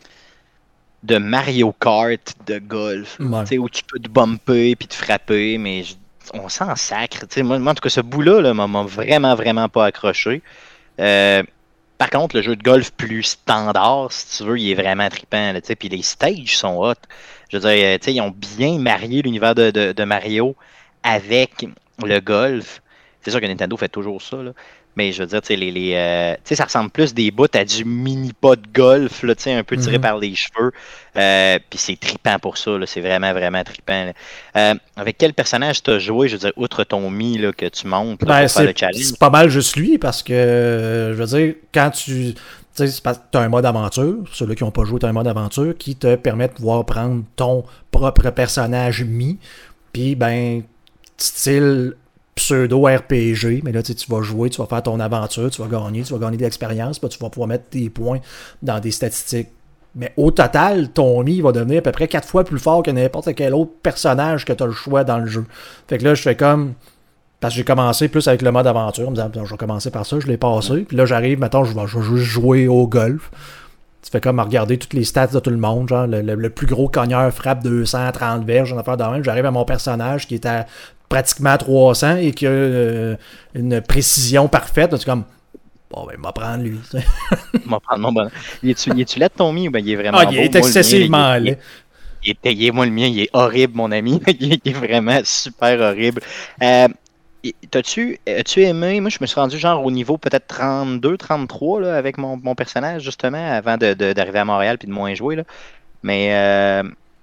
de Mario Kart de golf, ouais. Tu sais, où tu peux te bumper, puis te frapper, mais je on s'en sacre. Moi, moi, en tout cas, ce bout-là là, m'a, m'a vraiment, vraiment pas accroché. Euh, par contre, le jeu de golf plus standard, si tu veux, il est vraiment trippant. Puis les stages sont hot. Je veux dire, ils ont bien marié l'univers de, de, de Mario avec le golf. C'est sûr que Nintendo fait toujours ça, là. Mais je veux dire, les, les, euh, ça ressemble plus des bouts à du mini-pas de golf, là, un peu tiré mm-hmm. par les cheveux. Euh, Puis c'est trippant pour ça, là, c'est vraiment, vraiment trippant. Euh, avec quel personnage tu as joué, je veux dire, outre ton Mi là, que tu montes là, ben, pour c'est, faire le challenge? C'est pas mal juste lui, parce que, je veux dire, quand tu... Tu as un mode aventure, ceux-là qui n'ont pas joué, tu as un mode aventure qui te permet de pouvoir prendre ton propre personnage Mi, puis, ben, style... pseudo-R P G, mais là, tu vas jouer, tu vas faire ton aventure, tu vas gagner, tu vas gagner de l'expérience, puis tu vas pouvoir mettre des points dans des statistiques. Mais au total, ton Mi va devenir à peu près quatre fois plus fort que n'importe quel autre personnage que tu as le choix dans le jeu. Fait que là, je fais comme... Parce que j'ai commencé plus avec le mode aventure, en me disant, je vais commencer par ça, je l'ai passé, puis là, j'arrive, maintenant, je vais, je vais juste jouer au golf. Tu fais comme à regarder toutes les stats de tout le monde, genre, le, le, le plus gros cogneur frappe deux cent trente verges, une affaire de même. J'arrive à mon personnage qui est à pratiquement à trois cents et qui a euh, une précision parfaite. Tu es comme, bon, ben, il va prendre lui. Il va prendre mon bon. Il est-tu, il est-tu laid ton Mi ou ben il est vraiment ah, il est beau, excessivement laid. Il est, il est, il est, moi, le mien, il est horrible, mon ami. il, est, il est vraiment super horrible. Euh, T'as-tu, as-tu aimé, moi je me suis rendu genre au niveau peut-être trente-deux, trente-trois là, avec mon, mon personnage justement avant de, de, d'arriver à Montréal puis de moins jouer là. Mais euh,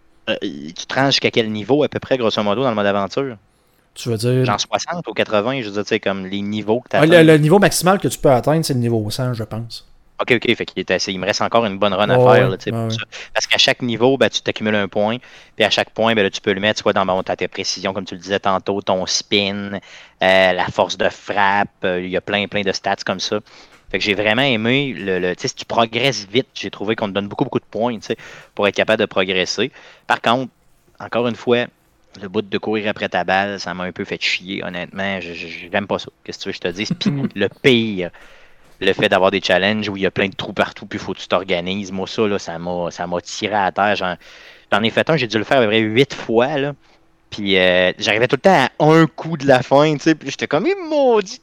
tu te rends jusqu'à quel niveau à peu près grosso modo dans le mode aventure? Tu veux dire... Genre soixante ou quatre-vingts, je veux dire, tu sais, comme les niveaux que tu as. Ah, le, le niveau maximal que tu peux atteindre, c'est le niveau cent, je pense. OK, OK, fait qu'il est assez, il me reste encore une bonne run à oh, faire. Là, ouais, pour ouais. ça. Parce qu'à chaque niveau, ben, tu t'accumules un point. Puis à chaque point, ben, là, tu peux le mettre soit dans ben, ta précision, comme tu le disais tantôt, ton spin, euh, la force de frappe. Euh, il y a plein, plein de stats comme ça. Fait que j'ai vraiment aimé, le, le, si tu progresses vite, j'ai trouvé qu'on te donne beaucoup, beaucoup de points pour être capable de progresser. Par contre, encore une fois, le bout de courir après ta balle, ça m'a un peu fait chier, honnêtement. Je, je, j'aime pas ça. Qu'est-ce que tu veux que je te dise? Puis le pire, le fait d'avoir des challenges où il y a plein de trous partout, puis il faut que tu t'organises. Moi, ça, là, ça m'a, ça m'a tiré à terre. J'en, j'en ai fait un, j'ai dû le faire à peu près huit fois. Là. Puis euh, j'arrivais tout le temps à un coup de la fin, tu sais. Puis j'étais comme, il maudit.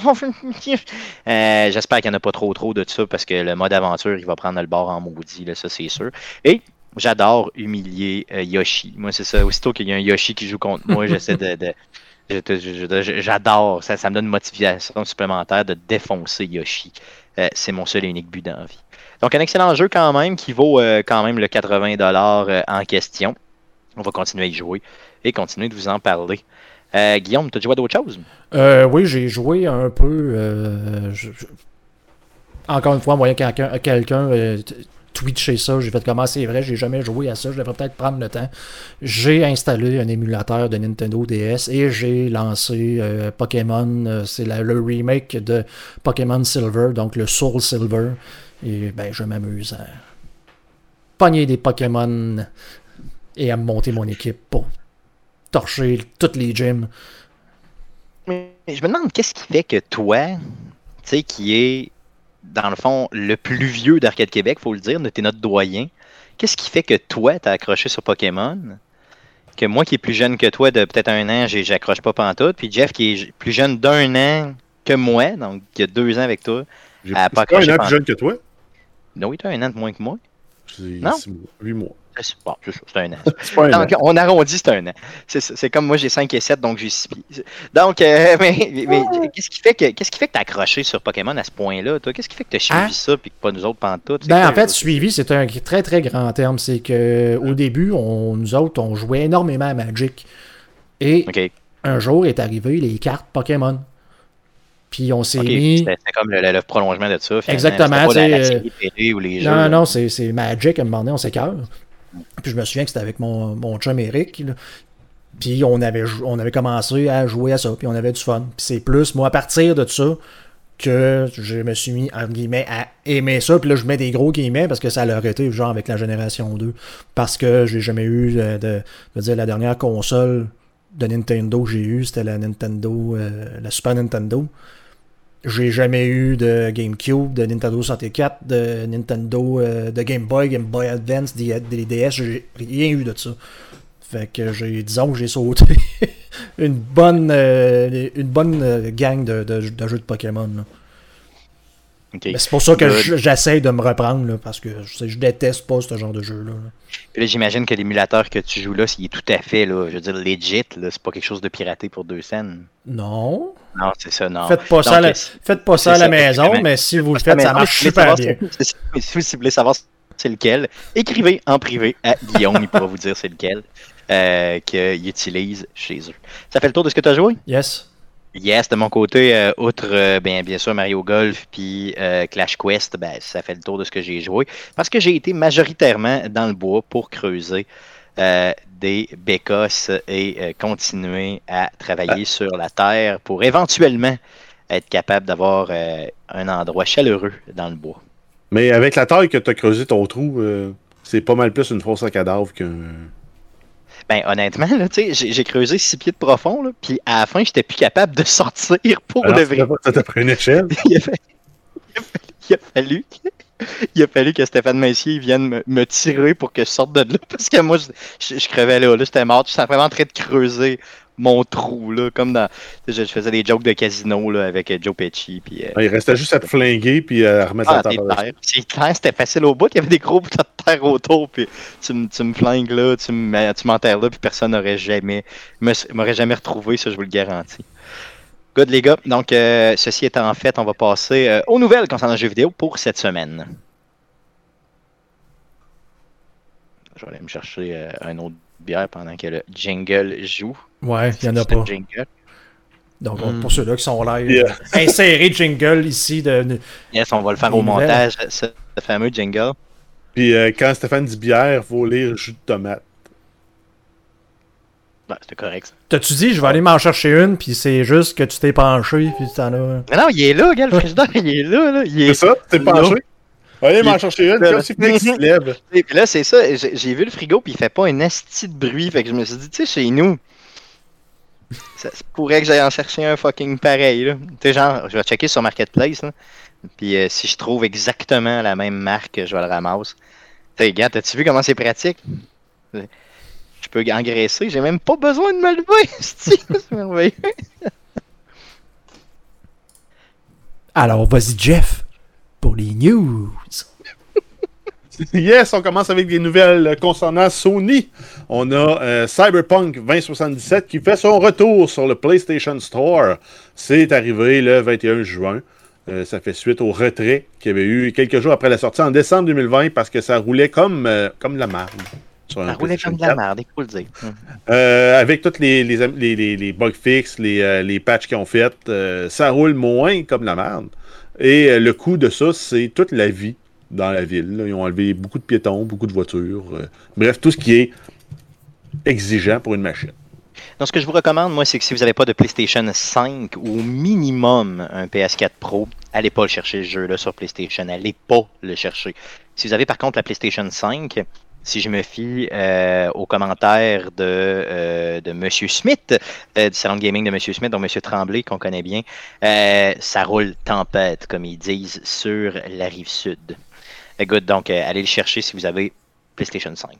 Euh, j'espère qu'il n'y en a pas trop trop de ça parce que le mode aventure, il va prendre le bord en maudit, là, ça c'est sûr. Et j'adore humilier euh, Yoshi. Moi, c'est ça. Aussitôt qu'il y a un Yoshi qui joue contre moi, j'essaie de. de je, je, je, j'adore. Ça, ça me donne une motivation supplémentaire de défoncer Yoshi. Euh, c'est mon seul et unique but dans la vie. Donc, un excellent jeu quand même qui vaut euh, quand même le quatre-vingts dollars euh, en question. On va continuer à y jouer et continuer de vous en parler. Euh, Guillaume, tu as joué à d'autres choses? Euh, oui, j'ai joué un peu. Euh, je, je... Encore une fois, en voyant quelqu'un, quelqu'un euh, twitché ça. J'ai fait comment c'est vrai, j'ai jamais joué à ça. Je devrais peut-être prendre le temps. J'ai installé un émulateur de Nintendo D S et j'ai lancé euh, Pokémon. Euh, c'est la, le remake de Pokémon Silver, donc le Soul Silver. Et ben, je m'amuse à pogner des Pokémon et à monter mon équipe pour torcher toutes les gyms. Mais je me demande qu'est-ce qui fait que toi, tu sais, qui est, dans le fond, le plus vieux d'Arcade Québec, faut le dire, t'es notre doyen, qu'est-ce qui fait que toi, t'as accroché sur Pokémon, que moi qui est plus jeune que toi de peut-être un an, j'ai, j'accroche pas pantoute, puis Jeff qui est plus jeune d'un an que moi, donc qui a deux ans avec toi, j'ai a pas accroché. accroché un an pantoute. plus jeune que toi? Non, oui, t'as un an de moins que moi. C'est Non? six mois, huit mois. C'est, bon, c'est, c'est un an. C'est pas un Donc, an. on arrondit, c'est un an. C'est, c'est comme moi, j'ai cinq et sept, donc j'ai six pieds. Donc, euh, mais, mais qu'est-ce qui fait que qu'est-ce qui fait que t'as accroché sur Pokémon à ce point-là, toi? Qu'est-ce qui fait que t'as suivi Hein? ça puis que pas nous autres pantoute? C'est Ben, quoi, en fait, là? suivi, c'est un très très grand terme. C'est que au début, on, nous autres, on jouait énormément à Magic. Et OK. un jour est arrivé les cartes Pokémon. Puis on s'est OK. mis. C'était, c'était comme le, le- le prolongement de ça. finalement. Exactement, C'était pas la, la tu sais, série télé ou les jeux. Non, là. non, c'est, c'est Magic, à un moment donné, on s'écœure. Puis je me souviens que c'était avec mon, mon chum Eric. Là. Puis on avait, jou- on avait commencé à jouer à ça, puis on avait du fun. Puis c'est plus, moi, à partir de ça, que je me suis mis, entre guillemets, à aimer ça. Puis là, je mets des gros guillemets parce que ça l'a été, genre, avec la génération deux. Parce que j'ai jamais eu de, de, de dire, la dernière console de Nintendo que j'ai eue, c'était la Nintendo, euh, la Super Nintendo. J'ai jamais eu de GameCube, de Nintendo soixante-quatre, de Nintendo, euh, de Game Boy, Game Boy Advance, des, des D S, j'ai rien eu de ça. Fait que j'ai, disons que j'ai sauté une bonne, euh, une bonne euh, gang de, de, de jeux de Pokémon. Là. OK. Mais c'est pour ça que Good. je- j'essaie de me reprendre, là, parce que je, sais, je déteste pas ce genre de jeu-là. là. Puis là, j'imagine que l'émulateur que tu joues là, il est tout à fait, là, je veux dire, legit. Là, c'est pas quelque chose de piraté pour deux cents. Non. Non, c'est ça, non. Faites pas ça, à la, Donc, faites pas ça à c'est la ça, maison, exactement. mais si vous le Ah, faites, mais ça non, marche si vous voulez super savoir bien. c'est- c'est- Si vous voulez savoir c'est lequel, écrivez en privé à Guillaume, il pourra vous dire c'est lequel euh, qu'il utilise chez eux. Ça fait le tour de ce que tu as joué? Yes. Yes, de mon côté, euh, outre euh, bien, bien sûr Mario Golf puis euh, Clash Quest, ben, ça fait le tour de ce que j'ai joué. Parce que j'ai été majoritairement dans le bois pour creuser euh, des bécosses et euh, continuer à travailler sur la terre pour éventuellement être capable d'avoir euh, un endroit chaleureux dans le bois. Mais avec la taille que tu as creusé ton trou, euh, c'est pas mal plus une fosse à cadavre qu'un. Ben honnêtement, là, tu sais, j'ai, j'ai creusé six pieds de profond, là, puis à la fin, j'étais plus capable de sortir pour Alors, de ça vrai. t'a- ça t'a pris une échelle. il, a fallu, il a fallu, il a fallu que Stéphane Messier vienne me, me tirer pour que je sorte de là, parce que moi, je, je, je crevais là, là, j'étais mort, j'étais vraiment en train de creuser mon trou, là, comme dans, je, je faisais des jokes de casino, là, avec euh, Joe Pesci, puis... euh, Il restait juste à te flinguer puis à remettre Ah, la c'est table. clair. C'est clair, c'était facile au bout. Il y avait des gros bouts de terre autour. Puis tu, me- tu me flingues là, tu, me- tu m'enterres là, puis personne n'aurait jamais, me- m'aurait jamais retrouvé. Ça, je vous le garantis. Good, les gars. Donc, euh, ceci étant fait, on va passer euh, aux nouvelles concernant le jeu vidéo pour cette semaine. Je vais aller me chercher euh, un autre bière pendant que le jingle joue. Ouais, il y en a C'est le pas. jingle. Donc, Mm. pour ceux-là qui sont là, Yeah. insérer jingle ici de. Yes, on va le faire Les au nouvelles. montage, ce, ce fameux jingle. Puis euh, quand Stéphane dit bière, faut lire jus de tomate. Ben, c'était correct, ça. T'as-tu dit, je vais aller m'en chercher une, puis c'est juste que tu t'es penché, puis t'en as. Mais non, il est là, gars, le frigidaire, il est là, là. Il est C'est ça? T'es là. penché? Allez, Il m'en est chercher une. là, Comme là. si Félix se lève. Et puis là, c'est ça, j'ai j'ai vu le frigo, puis il fait pas un asti de bruit. Fait que je me suis dit, tu sais, chez nous, ça se pourrait que j'aille en chercher un fucking pareil, là. Tu sais, genre, je vais checker sur Marketplace, là. Puis euh, si je trouve exactement la même marque, je vais le ramasser. Tu sais, gars, t'as-tu vu comment c'est pratique? Je peux engraisser, j'ai même pas besoin de me lever, asti. C'est merveilleux. Alors, vas-y, Jeff, pour les news. Yes, on commence avec des nouvelles concernant Sony. On a euh, Cyberpunk vingt soixante-dix-sept qui fait son retour sur le PlayStation Store. C'est arrivé le vingt et un juin. Euh, ça fait suite au retrait qu'il y avait eu quelques jours après la sortie en décembre deux mille vingt parce que ça roulait comme, euh, comme de la merde. Sur un Ça roulait PlayStation comme de la quatre. merde, il faut le dire. Hum. Euh, avec tous les, les, les, les, les bug fixes, les, euh, les patchs qu'ils ont fait, euh, ça roule moins comme de la merde. Et euh, le coût de ça, c'est toute la vie dans la ville. Là. Ils ont enlevé beaucoup de piétons, beaucoup de voitures. Euh, bref, tout ce qui est exigeant pour une machine. Donc, ce que je vous recommande, moi, c'est que si vous n'avez pas de PlayStation cinq ou au minimum un P S quatre Pro, allez pas le chercher, ce jeu-là, sur PlayStation. Allez pas le chercher. Si vous avez, par contre, la PlayStation cinq, si je me fie euh, aux commentaires de, euh, de M. Smith, euh, du salon de gaming de M. Smith, donc M. Tremblay, qu'on connaît bien, euh, ça roule tempête, comme ils disent, sur la rive sud. Good, donc, euh, allez le chercher si vous avez PlayStation cinq.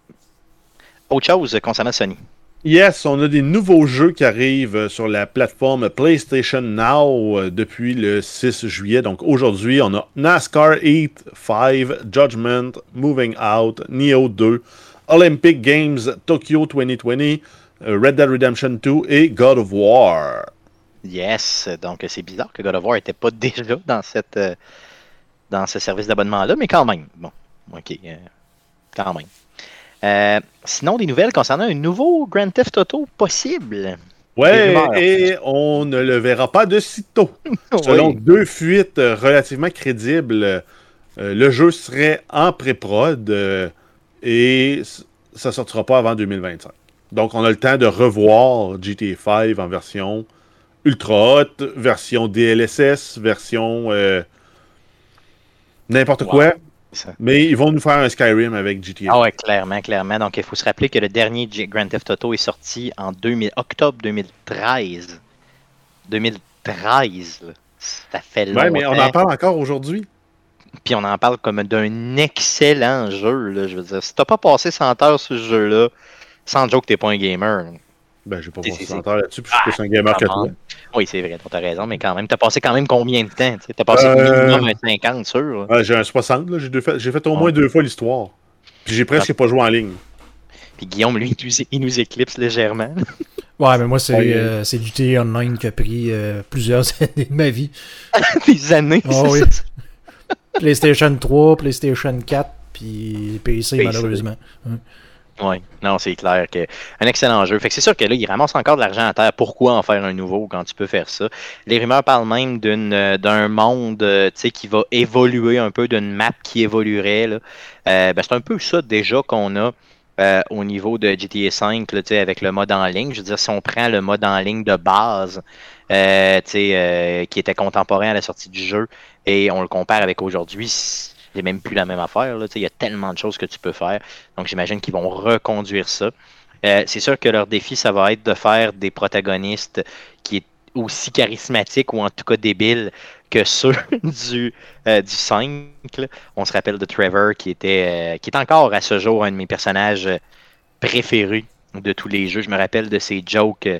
Autre chose concernant Sony. Yes, on a des nouveaux jeux qui arrivent sur la plateforme PlayStation Now depuis le six juillet. Donc aujourd'hui, on a NASCAR Heat cinq, Judgment, Moving Out, Neo deux, Olympic Games Tokyo vingt vingt, Red Dead Redemption deux et God of War. Yes, donc c'est bizarre que God of War n'était pas déjà dans cette euh, dans ce service d'abonnement-là, mais quand même. Bon, ok, euh, quand même. Euh, sinon, des nouvelles concernant un nouveau Grand Theft Auto possible. Ouais, et on ne le verra pas de sitôt. Selon oui. deux fuites relativement crédibles, euh, le jeu serait en pré-prod euh, et ça sortira pas avant deux mille vingt-cinq. Donc, on a le temps de revoir G T A cinq en version ultra haute, version D L S S, version euh, n'importe wow. quoi. Ça. Mais ils vont nous faire un Skyrim avec G T A. Ah ouais, clairement, clairement. Donc, il faut se rappeler que le dernier Grand Theft Auto est sorti en deux mille, octobre deux mille treize. deux mille treize, là. Ça fait longtemps. Ouais, mais on en parle encore aujourd'hui. Puis on en parle comme d'un excellent jeu, là. Je veux dire, si t'as pas passé cent heures sur ce jeu-là, sans joke, t'es pas un gamer. Là. Ben, j'ai pas passé cent heures là-dessus, puis je suis plus un gamer que toi. Oui, c'est vrai, t'as raison, mais quand même, t'as passé quand même combien de temps? T'as passé euh... minimum un cinquante, sûr? Ouais, j'ai un soixante, là. J'ai, deux fait, j'ai fait au moins oh. deux fois l'histoire. Puis j'ai presque ah. pas joué en ligne. Puis Guillaume, lui, il nous éclipse légèrement. Ouais, mais moi, c'est, ouais. euh, c'est G T A Online qui a pris euh, plusieurs années de ma vie. Des années, oh, c'est oui. ça? PlayStation trois, PlayStation quatre, puis P C, P C. Malheureusement. Hum. Oui, non, c'est clair que un excellent jeu. Fait que c'est sûr que là, il ramasse encore de l'argent à terre. Pourquoi en faire un nouveau quand tu peux faire ça? Les rumeurs parlent même d'une, d'un monde euh, qui va évoluer un peu, d'une map qui évoluerait. Là. Euh, ben, c'est un peu ça déjà qu'on a euh, au niveau de G T A cinq là, avec le mode en ligne. Je veux dire, si on prend le mode en ligne de base euh, euh, qui était contemporain à la sortie du jeu et on le compare avec aujourd'hui, c'est même plus la même affaire. Là. Il y a tellement de choses que tu peux faire. Donc, j'imagine qu'ils vont reconduire ça. Euh, c'est sûr que leur défi, ça va être de faire des protagonistes qui est aussi charismatiques ou en tout cas débiles que ceux du, euh, du cinq. Là. On se rappelle de Trevor qui était, euh, qui est encore à ce jour un de mes personnages préférés de tous les jeux. Je me rappelle de ses jokes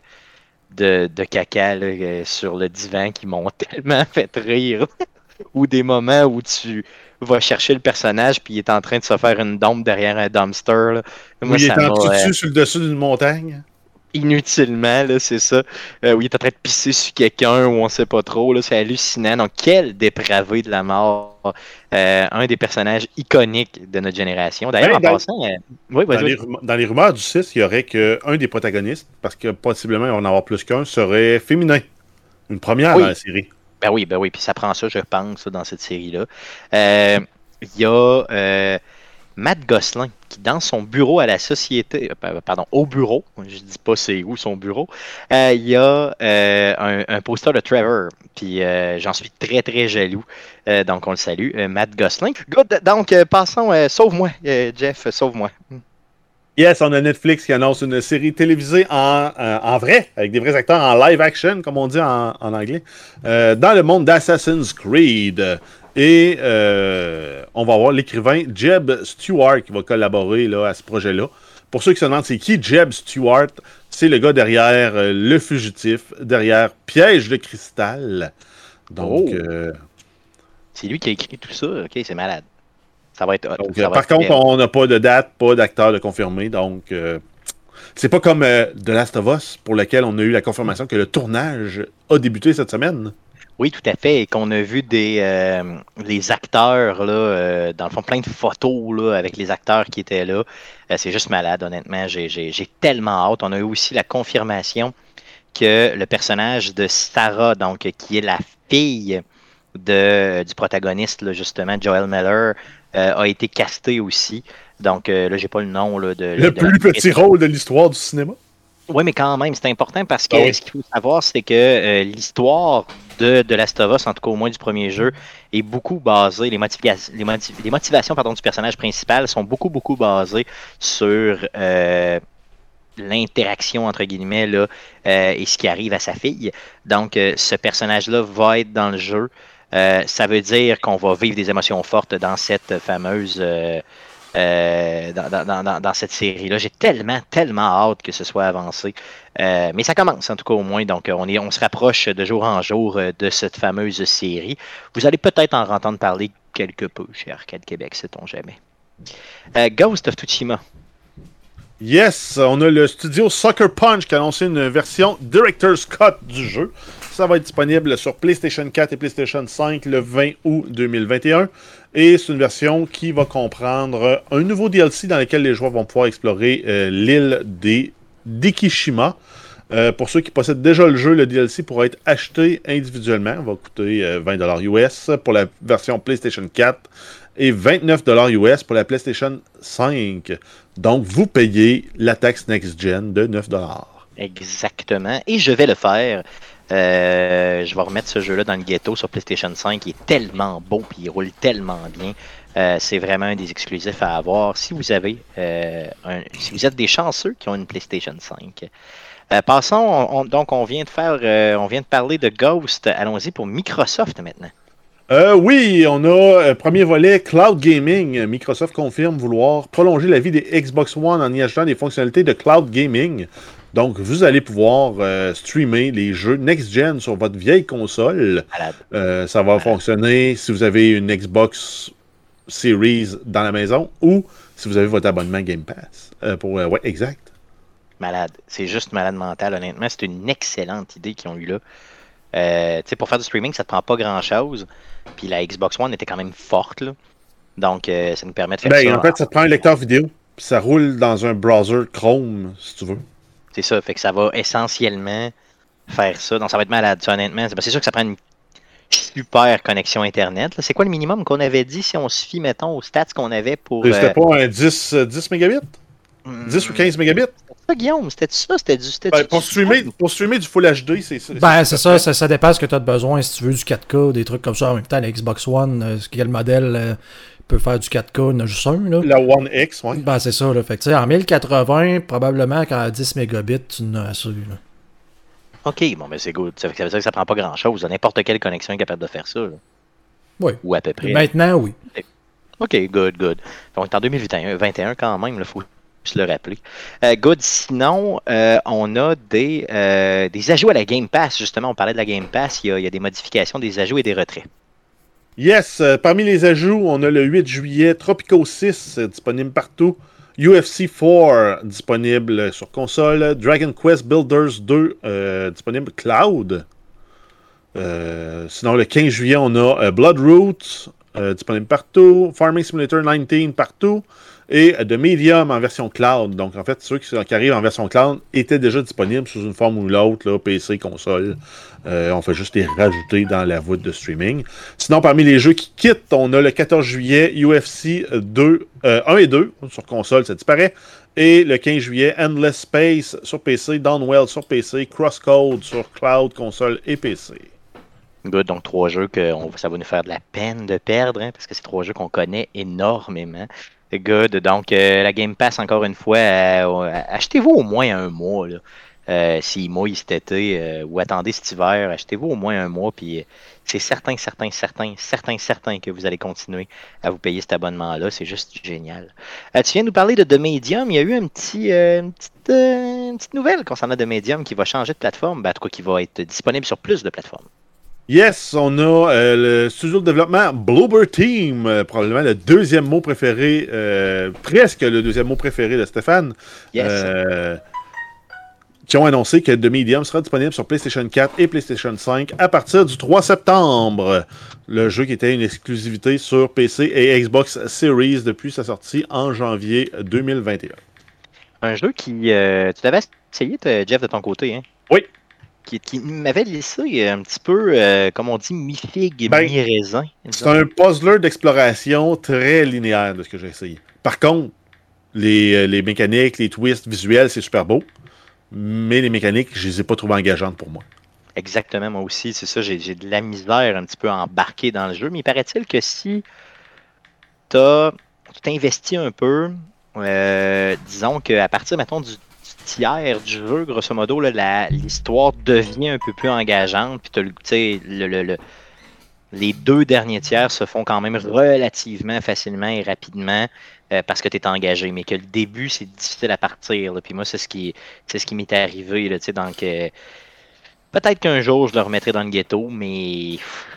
de, de caca là, sur le divan qui m'ont tellement fait rire. Ou des moments où tu vas chercher le personnage puis il est en train de se faire une dompe derrière un dumpster. Là. Moi, oui, il est en dessous euh, sur le dessus d'une montagne. Inutilement, là, c'est ça. Euh, où il est en train de pisser sur quelqu'un ou on sait pas trop. Là, c'est hallucinant. Donc, quel dépravé de la mort. Euh, un des personnages iconiques de notre génération. D'ailleurs, ouais, en dans, passant... Euh... Oui, dans, les rum- dans les rumeurs du six, il y aurait qu'un des protagonistes, parce que possiblement il va en avoir plus qu'un, serait féminin. Une première oui. dans la série. Ben oui, ben oui, puis ça prend ça, je pense, dans cette série-là. Euh, il y a euh, Matt Gosselin qui, dans son bureau à la société, euh, pardon, au bureau, je dis pas c'est où son bureau, euh, il y a euh, un, un poster de Trevor, puis euh, j'en suis très très jaloux, euh, donc on le salue, euh, Matt Gosselin. Good, donc euh, passons, euh, sauve-moi, euh, Jeff, sauve-moi. Yes, on a Netflix qui annonce une série télévisée en, euh, en vrai, avec des vrais acteurs en live action, comme on dit en, en anglais, euh, dans le monde d'Assassin's Creed. Et euh, on va voir l'écrivain Jeb Stewart qui va collaborer là, à ce projet-là. Pour ceux qui se demandent c'est qui Jeb Stewart, c'est le gars derrière euh, Le Fugitif, derrière Piège de cristal. Donc, oh. euh, c'est lui qui a écrit tout ça. Ok, c'est malade. Ça va être hot. Donc, ça va par être contre, bien. On n'a pas de date, pas d'acteur de confirmé. Donc, euh, c'est pas comme euh, The Last of Us, pour lequel on a eu la confirmation que le tournage a débuté cette semaine. Oui, tout à fait. Et qu'on a vu des euh, les acteurs, là, euh, dans le fond, plein de photos là, avec les acteurs qui étaient là. Euh, c'est juste malade, honnêtement. J'ai, j'ai, j'ai tellement hâte. On a eu aussi la confirmation que le personnage de Sarah, donc qui est la fille de, du protagoniste, là, justement, Joel Miller, euh, a été casté aussi. Donc euh, là, j'ai pas le nom là, de... Le de, plus de... petit rôle de l'histoire du cinéma. Oui, mais quand même, c'est important parce que ah oui. ce qu'il faut savoir, c'est que euh, l'histoire de, de Last of Us, en tout cas au moins du premier jeu, est beaucoup basée, les, motiva- les, motiv- les motivations pardon, du personnage principal sont beaucoup, beaucoup basées sur euh, l'interaction, entre guillemets, là, euh, et ce qui arrive à sa fille. Donc, euh, ce personnage-là va être dans le jeu. Euh, ça veut dire qu'on va vivre des émotions fortes dans cette fameuse... Euh, Euh, dans, dans, dans, dans cette série-là. J'ai tellement, tellement hâte que ce soit avancé. Euh, mais ça commence, en tout cas, au moins. Donc, on, est, on se rapproche de jour en jour de cette fameuse série. Vous allez peut-être en entendre parler quelque peu chez Arcade Québec, sait-on jamais. Euh, Ghost of Tsushima. Yes, on a le studio Sucker Punch qui a annoncé une version Director's Cut du jeu. Ça va être disponible sur PlayStation quatre et PlayStation cinq le vingt août deux mille vingt et un. Et c'est une version qui va comprendre un nouveau D L C dans lequel les joueurs vont pouvoir explorer euh, l'île des d'Ikishima. Euh, pour ceux qui possèdent déjà le jeu, le D L C pourra être acheté individuellement. Il va coûter euh, vingt dollars U S pour la version PlayStation quatre et vingt-neuf dollars U S pour la PlayStation cinq. Donc, vous payez la taxe Next-Gen de neuf dollars. Exactement. Et je vais le faire. Euh, je vais remettre ce jeu-là dans le ghetto sur PlayStation cinq. Il est tellement beau et il roule tellement bien. Euh, c'est vraiment un des exclusifs à avoir si vous avez euh, un, si vous êtes des chanceux qui ont une PlayStation cinq. Euh, passons, on, on, donc on vient de faire, euh, on vient de parler de Ghost. Allons-y pour Microsoft maintenant. Euh, oui, on a euh, premier volet Cloud Gaming. Microsoft confirme vouloir prolonger la vie des Xbox One en y ajoutant des fonctionnalités de Cloud Gaming. Donc, vous allez pouvoir euh, streamer les jeux next-gen sur votre vieille console. Euh, ça va Malade. fonctionner si vous avez une Xbox Series dans la maison ou si vous avez votre abonnement Game Pass. Euh, pour, euh, ouais, exact. Malade. C'est juste malade mental, honnêtement. C'est une excellente idée qu'ils ont eue là. Euh, tu sais, pour faire du streaming, ça te prend pas grand-chose. Puis la Xbox One était quand même forte, là. Donc, euh, ça nous permet de faire ben, ça. En fait, ça te prend un lecteur vidéo. Puis ça roule dans un browser Chrome, si tu veux. C'est ça, fait que ça va essentiellement faire ça. Donc ça va être malade, ça, honnêtement. C'est, c'est sûr que ça prend une super connexion Internet. Là. C'est quoi le minimum qu'on avait dit si on se fie, mettons, aux stats qu'on avait pour... C'était euh... pas un dix, dix mégabits? dix ou quinze mégabits? C'était ça, Guillaume? C'était ça? C'était du... C'était ben, du... pour, streamer, pour streamer du Full H D, c'est ça. Ben, c'est ça, ça, ça dépend ce que tu as besoin. Si tu veux du quatre K, des trucs comme ça. En même temps, la Xbox One, euh, quel modèle euh, peut faire du quatre K? Il y en a juste un, là. La One X, oui. Ben, c'est ça, là. Fait que, tu sais, en mille quatre-vingts, probablement qu'à dix mégabits, tu en as assez, là. OK, bon, ben c'est good. Ça veut dire que ça prend pas grand-chose. N'importe quelle connexion est capable de faire ça, là. Oui. Ou à peu près. Maintenant, oui. OK, good, good. Donc, en deux mille vingt et un, vingt et un quand même, il faut se le rappeler. Euh, good, sinon, euh, on a des, euh, des ajouts à la Game Pass. Justement, on parlait de la Game Pass. Il y a, il y a des modifications, des ajouts et des retraits. Yes, euh, parmi les ajouts, on a le huit juillet Tropico six euh, disponible partout. U F C quatre disponible sur console. Dragon Quest Builders deux euh, disponible cloud. Euh, sinon, le quinze juillet, on a euh, Bloodroot euh, disponible partout. Farming Simulator dix-neuf partout. Et euh, The Medium en version cloud. Donc, en fait, ceux qui, qui arrivent en version cloud étaient déjà disponibles sous une forme ou l'autre, là, P C, console. Euh, on fait juste les rajouter dans la voûte de streaming. Sinon, parmi les jeux qui quittent, on a le quatorze juillet U F C deux, euh, un et deux sur console, ça disparaît. Et le quinze juillet Endless Space sur P C, Downwell sur P C, Crosscode sur cloud, console et P C. Good, donc trois jeux que on, ça va nous faire de la peine de perdre, hein, parce que c'est trois jeux qu'on connaît énormément. Good, donc euh, la Game Pass, encore une fois, euh, achetez-vous au moins un mois, là. Euh, s'il mouille cet été, euh, ou attendez cet hiver, achetez-vous au moins un mois, puis euh, c'est certain, certain, certain, certain, certain que vous allez continuer à vous payer cet abonnement-là. C'est juste génial. Euh, tu viens de nous parler de The Medium. Il y a eu un petit, euh, une, petite, euh, une petite nouvelle concernant The Medium qui va changer de plateforme, ben, en tout cas qui va être disponible sur plus de plateformes. Yes, on a euh, le studio de développement Bloober Team, euh, probablement le deuxième mot préféré, euh, presque le deuxième mot préféré de Stéphane, yes. euh, qui ont annoncé que The Medium sera disponible sur PlayStation quatre et PlayStation cinq à partir du trois septembre. Le jeu qui était une exclusivité sur P C et Xbox Series depuis sa sortie en janvier deux mille vingt et un. Un jeu qui... Euh, tu l'avais essayé, Jeff, de ton côté, hein? Oui. qui, qui m'avait laissé un petit peu, euh, comme on dit, mi-figue, Ben, mi-raisin. C'est un puzzler d'exploration très linéaire de ce que j'ai essayé. Par contre, les, les mécaniques, les twists visuels, c'est super beau. Mais les mécaniques, je les ai pas trouvées engageantes pour moi. Exactement, moi aussi, c'est ça, j'ai, j'ai de la misère un petit peu à embarquer dans le jeu. Mais il paraît-il que si t'as, tu t'investis un peu, euh, disons qu'à partir, mettons, du, du tiers du jeu, grosso modo, là, la, l'histoire devient un peu plus engageante. Puis t'as le, tu sais, le, le, le les deux derniers tiers se font quand même relativement facilement et rapidement euh, parce que tu es engagé, mais que le début, c'est difficile à partir. Là. Puis moi, c'est ce qui, c'est ce qui m'est arrivé. Là, donc, euh, peut-être qu'un jour, je le remettrai dans le ghetto, mais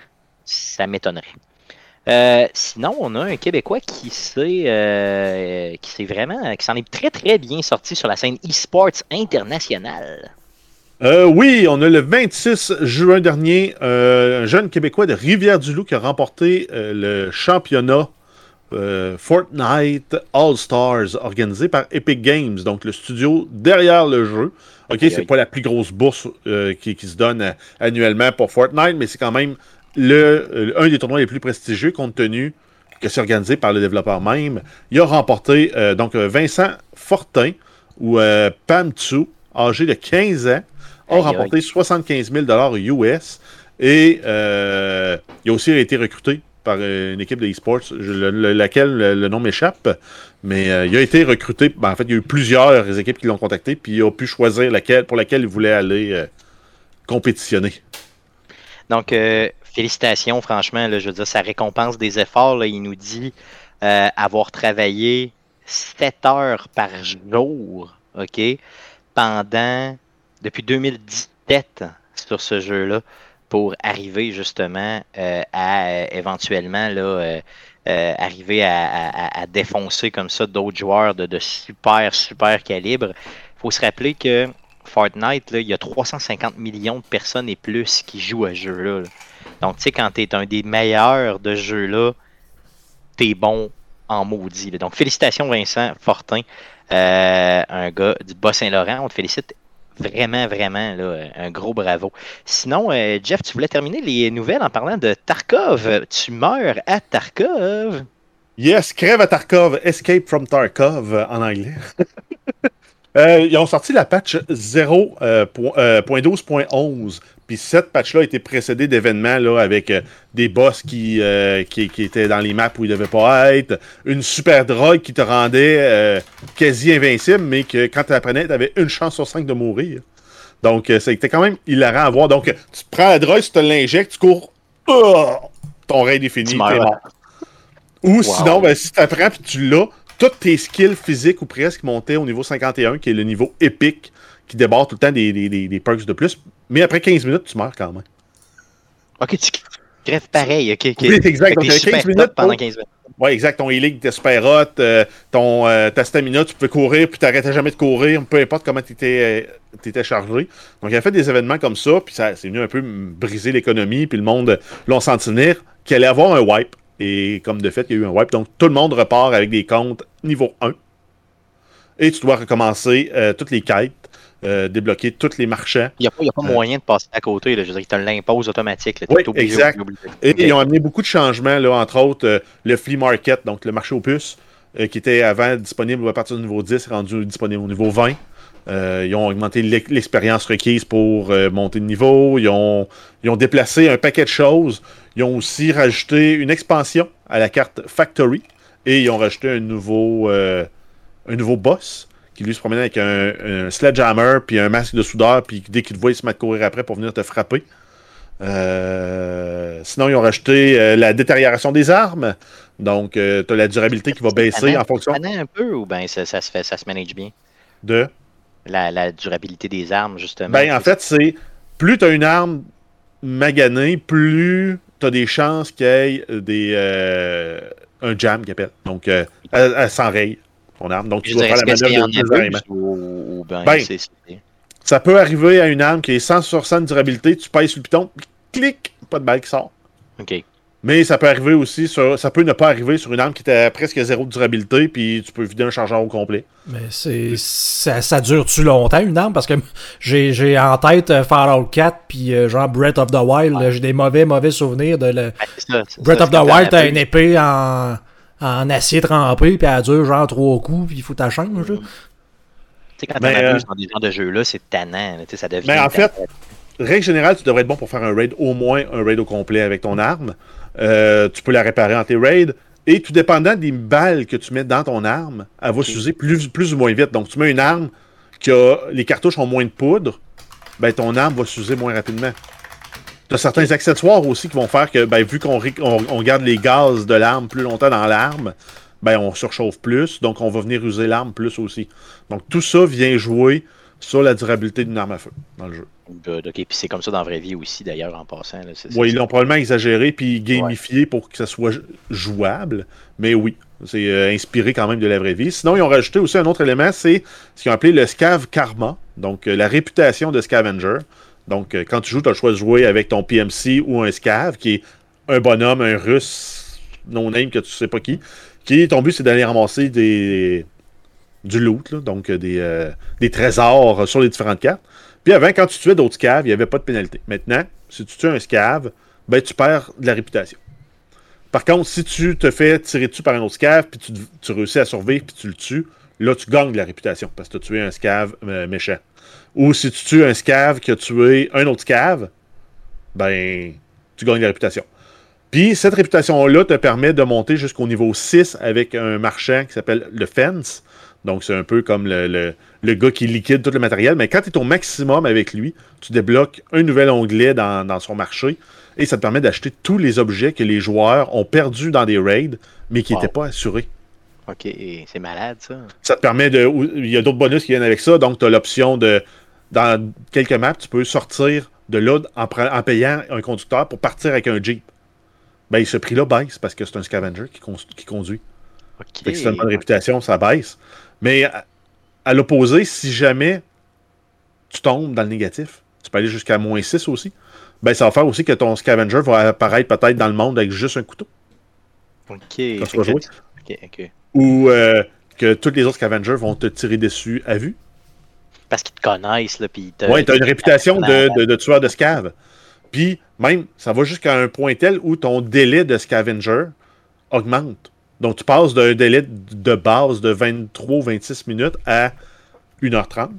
ça m'étonnerait. Euh, sinon, on a un Québécois qui s'est, euh, qui s'est vraiment, qui s'en est très très bien sorti sur la scène e-sports internationale. Euh, oui, on a le vingt-six juin dernier euh, un jeune Québécois de Rivière-du-Loup qui a remporté euh, le championnat euh, Fortnite All-Stars organisé par Epic Games, donc le studio derrière le jeu. OK, okay. C'est pas la plus grosse bourse euh, qui, qui se donne euh, annuellement pour Fortnite, mais c'est quand même le, euh, un des tournois les plus prestigieux compte tenu que c'est organisé par le développeur même. Il a remporté euh, donc Vincent Fortin ou euh, Pam Tsu, âgé de quinze ans, a aïe, remporté aïe. soixante-quinze mille dollars U S et euh, il a aussi été recruté par une équipe de e-sports, le, le, laquelle le, le nom m'échappe, mais euh, il a été recruté. Ben, en fait, il y a eu plusieurs équipes qui l'ont contacté, puis il a pu choisir laquelle, pour laquelle il voulait aller euh, compétitionner. Donc, euh, félicitations, franchement, là, je veux dire, ça récompense des efforts. Là, il nous dit euh, avoir travaillé sept heures par jour, OK, pendant, depuis deux mille dix-sept sur ce jeu-là, pour arriver justement euh, à euh, éventuellement là, euh, euh, arriver à, à, à défoncer comme ça d'autres joueurs de, de super, super calibre. Il faut se rappeler que Fortnite, là, il y a trois cent cinquante millions de personnes et plus qui jouent à ce jeu-là. Là. Donc, tu sais, quand tu es un des meilleurs de ce jeu-là, tu es bon en maudit. Là. Donc, félicitations Vincent Fortin, euh, un gars du Bas-Saint-Laurent. On te félicite vraiment, vraiment, là, un gros bravo. Sinon, euh, Jeff, tu voulais terminer les nouvelles en parlant de Tarkov. Tu meurs à Tarkov. Yes, crève à Tarkov, escape from Tarkov en anglais. euh, ils ont sorti la patch zéro point douze point onze. Puis cette patch-là a été précédée d'événements là, avec euh, des boss qui, euh, qui, qui étaient dans les maps où ils ne devaient pas être, une super drogue qui te rendait euh, quasi invincible, mais que quand tu apprenais, tu avais une chance sur cinq de mourir. Donc, euh, c'était quand même hilarant à voir. Donc, tu prends la drogue, tu te l'injectes, tu cours, oh, ton raid est fini, t'es mort. Ou wow. Sinon, ben, si tu apprends et tu l'as, tous tes skills physiques ou presque montaient au niveau cinquante et un, qui est le niveau épique, qui déborde tout le temps des, des, des, des perks de plus. Mais après quinze minutes, tu meurs quand même. Ok, tu crèves pareil. Ok, ok. Oui, exact. Donc, quinze minutes pendant quinze minutes. Oui, exact. Ton healing était super hot. Euh, ton, euh, ta stamina, tu pouvais courir, puis tu n'arrêtais jamais de courir, peu importe comment tu étais, euh, chargé. Donc, il a fait des événements comme ça, puis ça c'est venu un peu briser l'économie, puis le monde l'ont senti venir qu'il allait avoir un wipe. Et comme de fait, il y a eu un wipe. Donc, tout le monde repart avec des comptes niveau un. Et tu dois recommencer euh, toutes les quêtes. Euh, débloquer tous les marchands. Il n'y a pas, a pas euh, moyen de passer à côté. Là. Je veux dire, ils te l'imposent automatique. Là. Oui, obligé, exact. Obligé, obligé. Et ils ont amené beaucoup de changements, là, entre autres euh, le flea market, donc le marché aux puces, euh, qui était avant disponible à partir du niveau dix, rendu disponible au niveau vingt. Euh, ils ont augmenté l'expérience requise pour euh, monter de niveau. Ils ont, ils ont déplacé un paquet de choses. Ils ont aussi rajouté une expansion à la carte Factory. Et ils ont rajouté un nouveau, euh, un nouveau boss qui lui se promène avec un, un sledgehammer puis un masque de soudeur, puis dès qu'il te voit, il se met à courir après pour venir te frapper. Euh, sinon, ils ont rajouté euh, la détérioration des armes. Donc, euh, tu as la durabilité qui va baisser en fonction... C'est un peu ou bien ça, ça, se fait, ça se manage bien? De? La, la durabilité des armes, justement. Ben, en fait, c'est... Plus tu as une arme maganée, plus tu as des chances qu'il y ait des, euh, un jam, qu'il appelle. Donc, euh, elle, elle s'enraye. Arme. Donc, tu dois faire la manœuvre de désarmement. Ou, ou ben, ben, c'est, c'est... Ça peut arriver à une arme qui est cent sur cent de durabilité, tu pèses sur le piton, clic, pas de balle qui sort. OK. Mais ça peut arriver aussi sur, ça peut ne pas arriver sur une arme qui était à presque zéro de durabilité, puis tu peux vider un chargeur au complet. Mais c'est ça, ça dure-tu longtemps une arme? Parce que j'ai, j'ai en tête Fallout quatre puis euh, genre Breath of the Wild, ouais. Là, j'ai des mauvais mauvais souvenirs de le... Ouais, c'est ça, c'est Breath ça, of the Wild, t'as une épée en, en acier trempé, puis elle dure genre trois coups, puis il faut ta change. Mm. Tu sais, quand mais, t'en abuses euh... dans des genres de jeux-là, c'est tannant. Là, ça devient. Mais en fait, règle générale, tu devrais être bon pour faire un raid, au moins un raid au complet avec ton arme. Euh, tu peux la réparer en tes raids. Et tout dépendant des balles que tu mets dans ton arme, elle va okay. s'user plus, plus ou moins vite. Donc, tu mets une arme qui a les cartouches ont moins de poudre, ben ton arme va s'user moins rapidement. Tu as certains okay. accessoires aussi qui vont faire que, ben, vu qu'on on, on garde les gaz de l'arme plus longtemps dans l'arme, ben on surchauffe plus, donc on va venir user l'arme plus aussi. Donc, tout ça vient jouer sur la durabilité d'une arme à feu dans le jeu. Good, ok. Puis c'est comme ça dans la vraie vie aussi, d'ailleurs, en passant. Là. C'est, oui, ils l'ont probablement exagéré puis gamifié ouais. pour que ça soit jouable. Mais oui, c'est euh, inspiré quand même de la vraie vie. Sinon, ils ont rajouté aussi un autre élément, c'est ce qu'ils ont appelé le Scav Karma, donc euh, la réputation de Scavenger. Donc, euh, quand tu joues, tu as le choix de jouer avec ton P M C ou un Scav, qui est un bonhomme, un russe non-name que tu sais pas qui, qui, ton but, c'est d'aller ramasser des... du loot, là, donc des, euh, des trésors sur les différentes cartes. Puis avant, quand tu tuais d'autres scavs, il n'y avait pas de pénalité. Maintenant, si tu tues un scav, ben tu perds de la réputation. Par contre, si tu te fais tirer dessus par un autre scav, puis tu, tu réussis à survivre, puis tu le tues, là, tu gagnes de la réputation, parce que tu as tué un scav euh, méchant. Ou si tu tues un scav qui a tué un autre scav, ben, tu gagnes de la réputation. Puis, cette réputation-là te permet de monter jusqu'au niveau six avec un marchand qui s'appelle le Fence. Donc, c'est un peu comme le, le, le gars qui liquide tout le matériel. Mais quand tu es au maximum avec lui, tu débloques un nouvel onglet dans, dans son marché et ça te permet d'acheter tous les objets que les joueurs ont perdus dans des raids, mais qui n'étaient wow. pas assurés. OK, c'est malade, ça. Ça te permet de... Il y a d'autres bonus qui viennent avec ça. Donc, tu as l'option de... Dans quelques maps, tu peux sortir de là en, en payant un conducteur pour partir avec un Jeep. Ben, ce prix-là baisse parce que c'est un scavenger qui, con, qui conduit. Okay. Fait que si tu as une bonne réputation, ça baisse. Mais à, à l'opposé, si jamais tu tombes dans le négatif, tu peux aller jusqu'à moins six aussi, ben ça va faire aussi que ton scavenger va apparaître peut-être dans le monde avec juste un couteau. OK. Quand tu vas jouer. OK, OK. Ou euh, que tous les autres scavengers vont te tirer dessus à vue. Parce qu'ils te connaissent, là, puis te... Ouais, tu as une réputation de, de, de tueur de scav. Puis, même, ça va jusqu'à un point tel où ton délai de scavenger augmente. Donc, tu passes d'un délai de base de vingt-trois vingt-six minutes à une heure trente.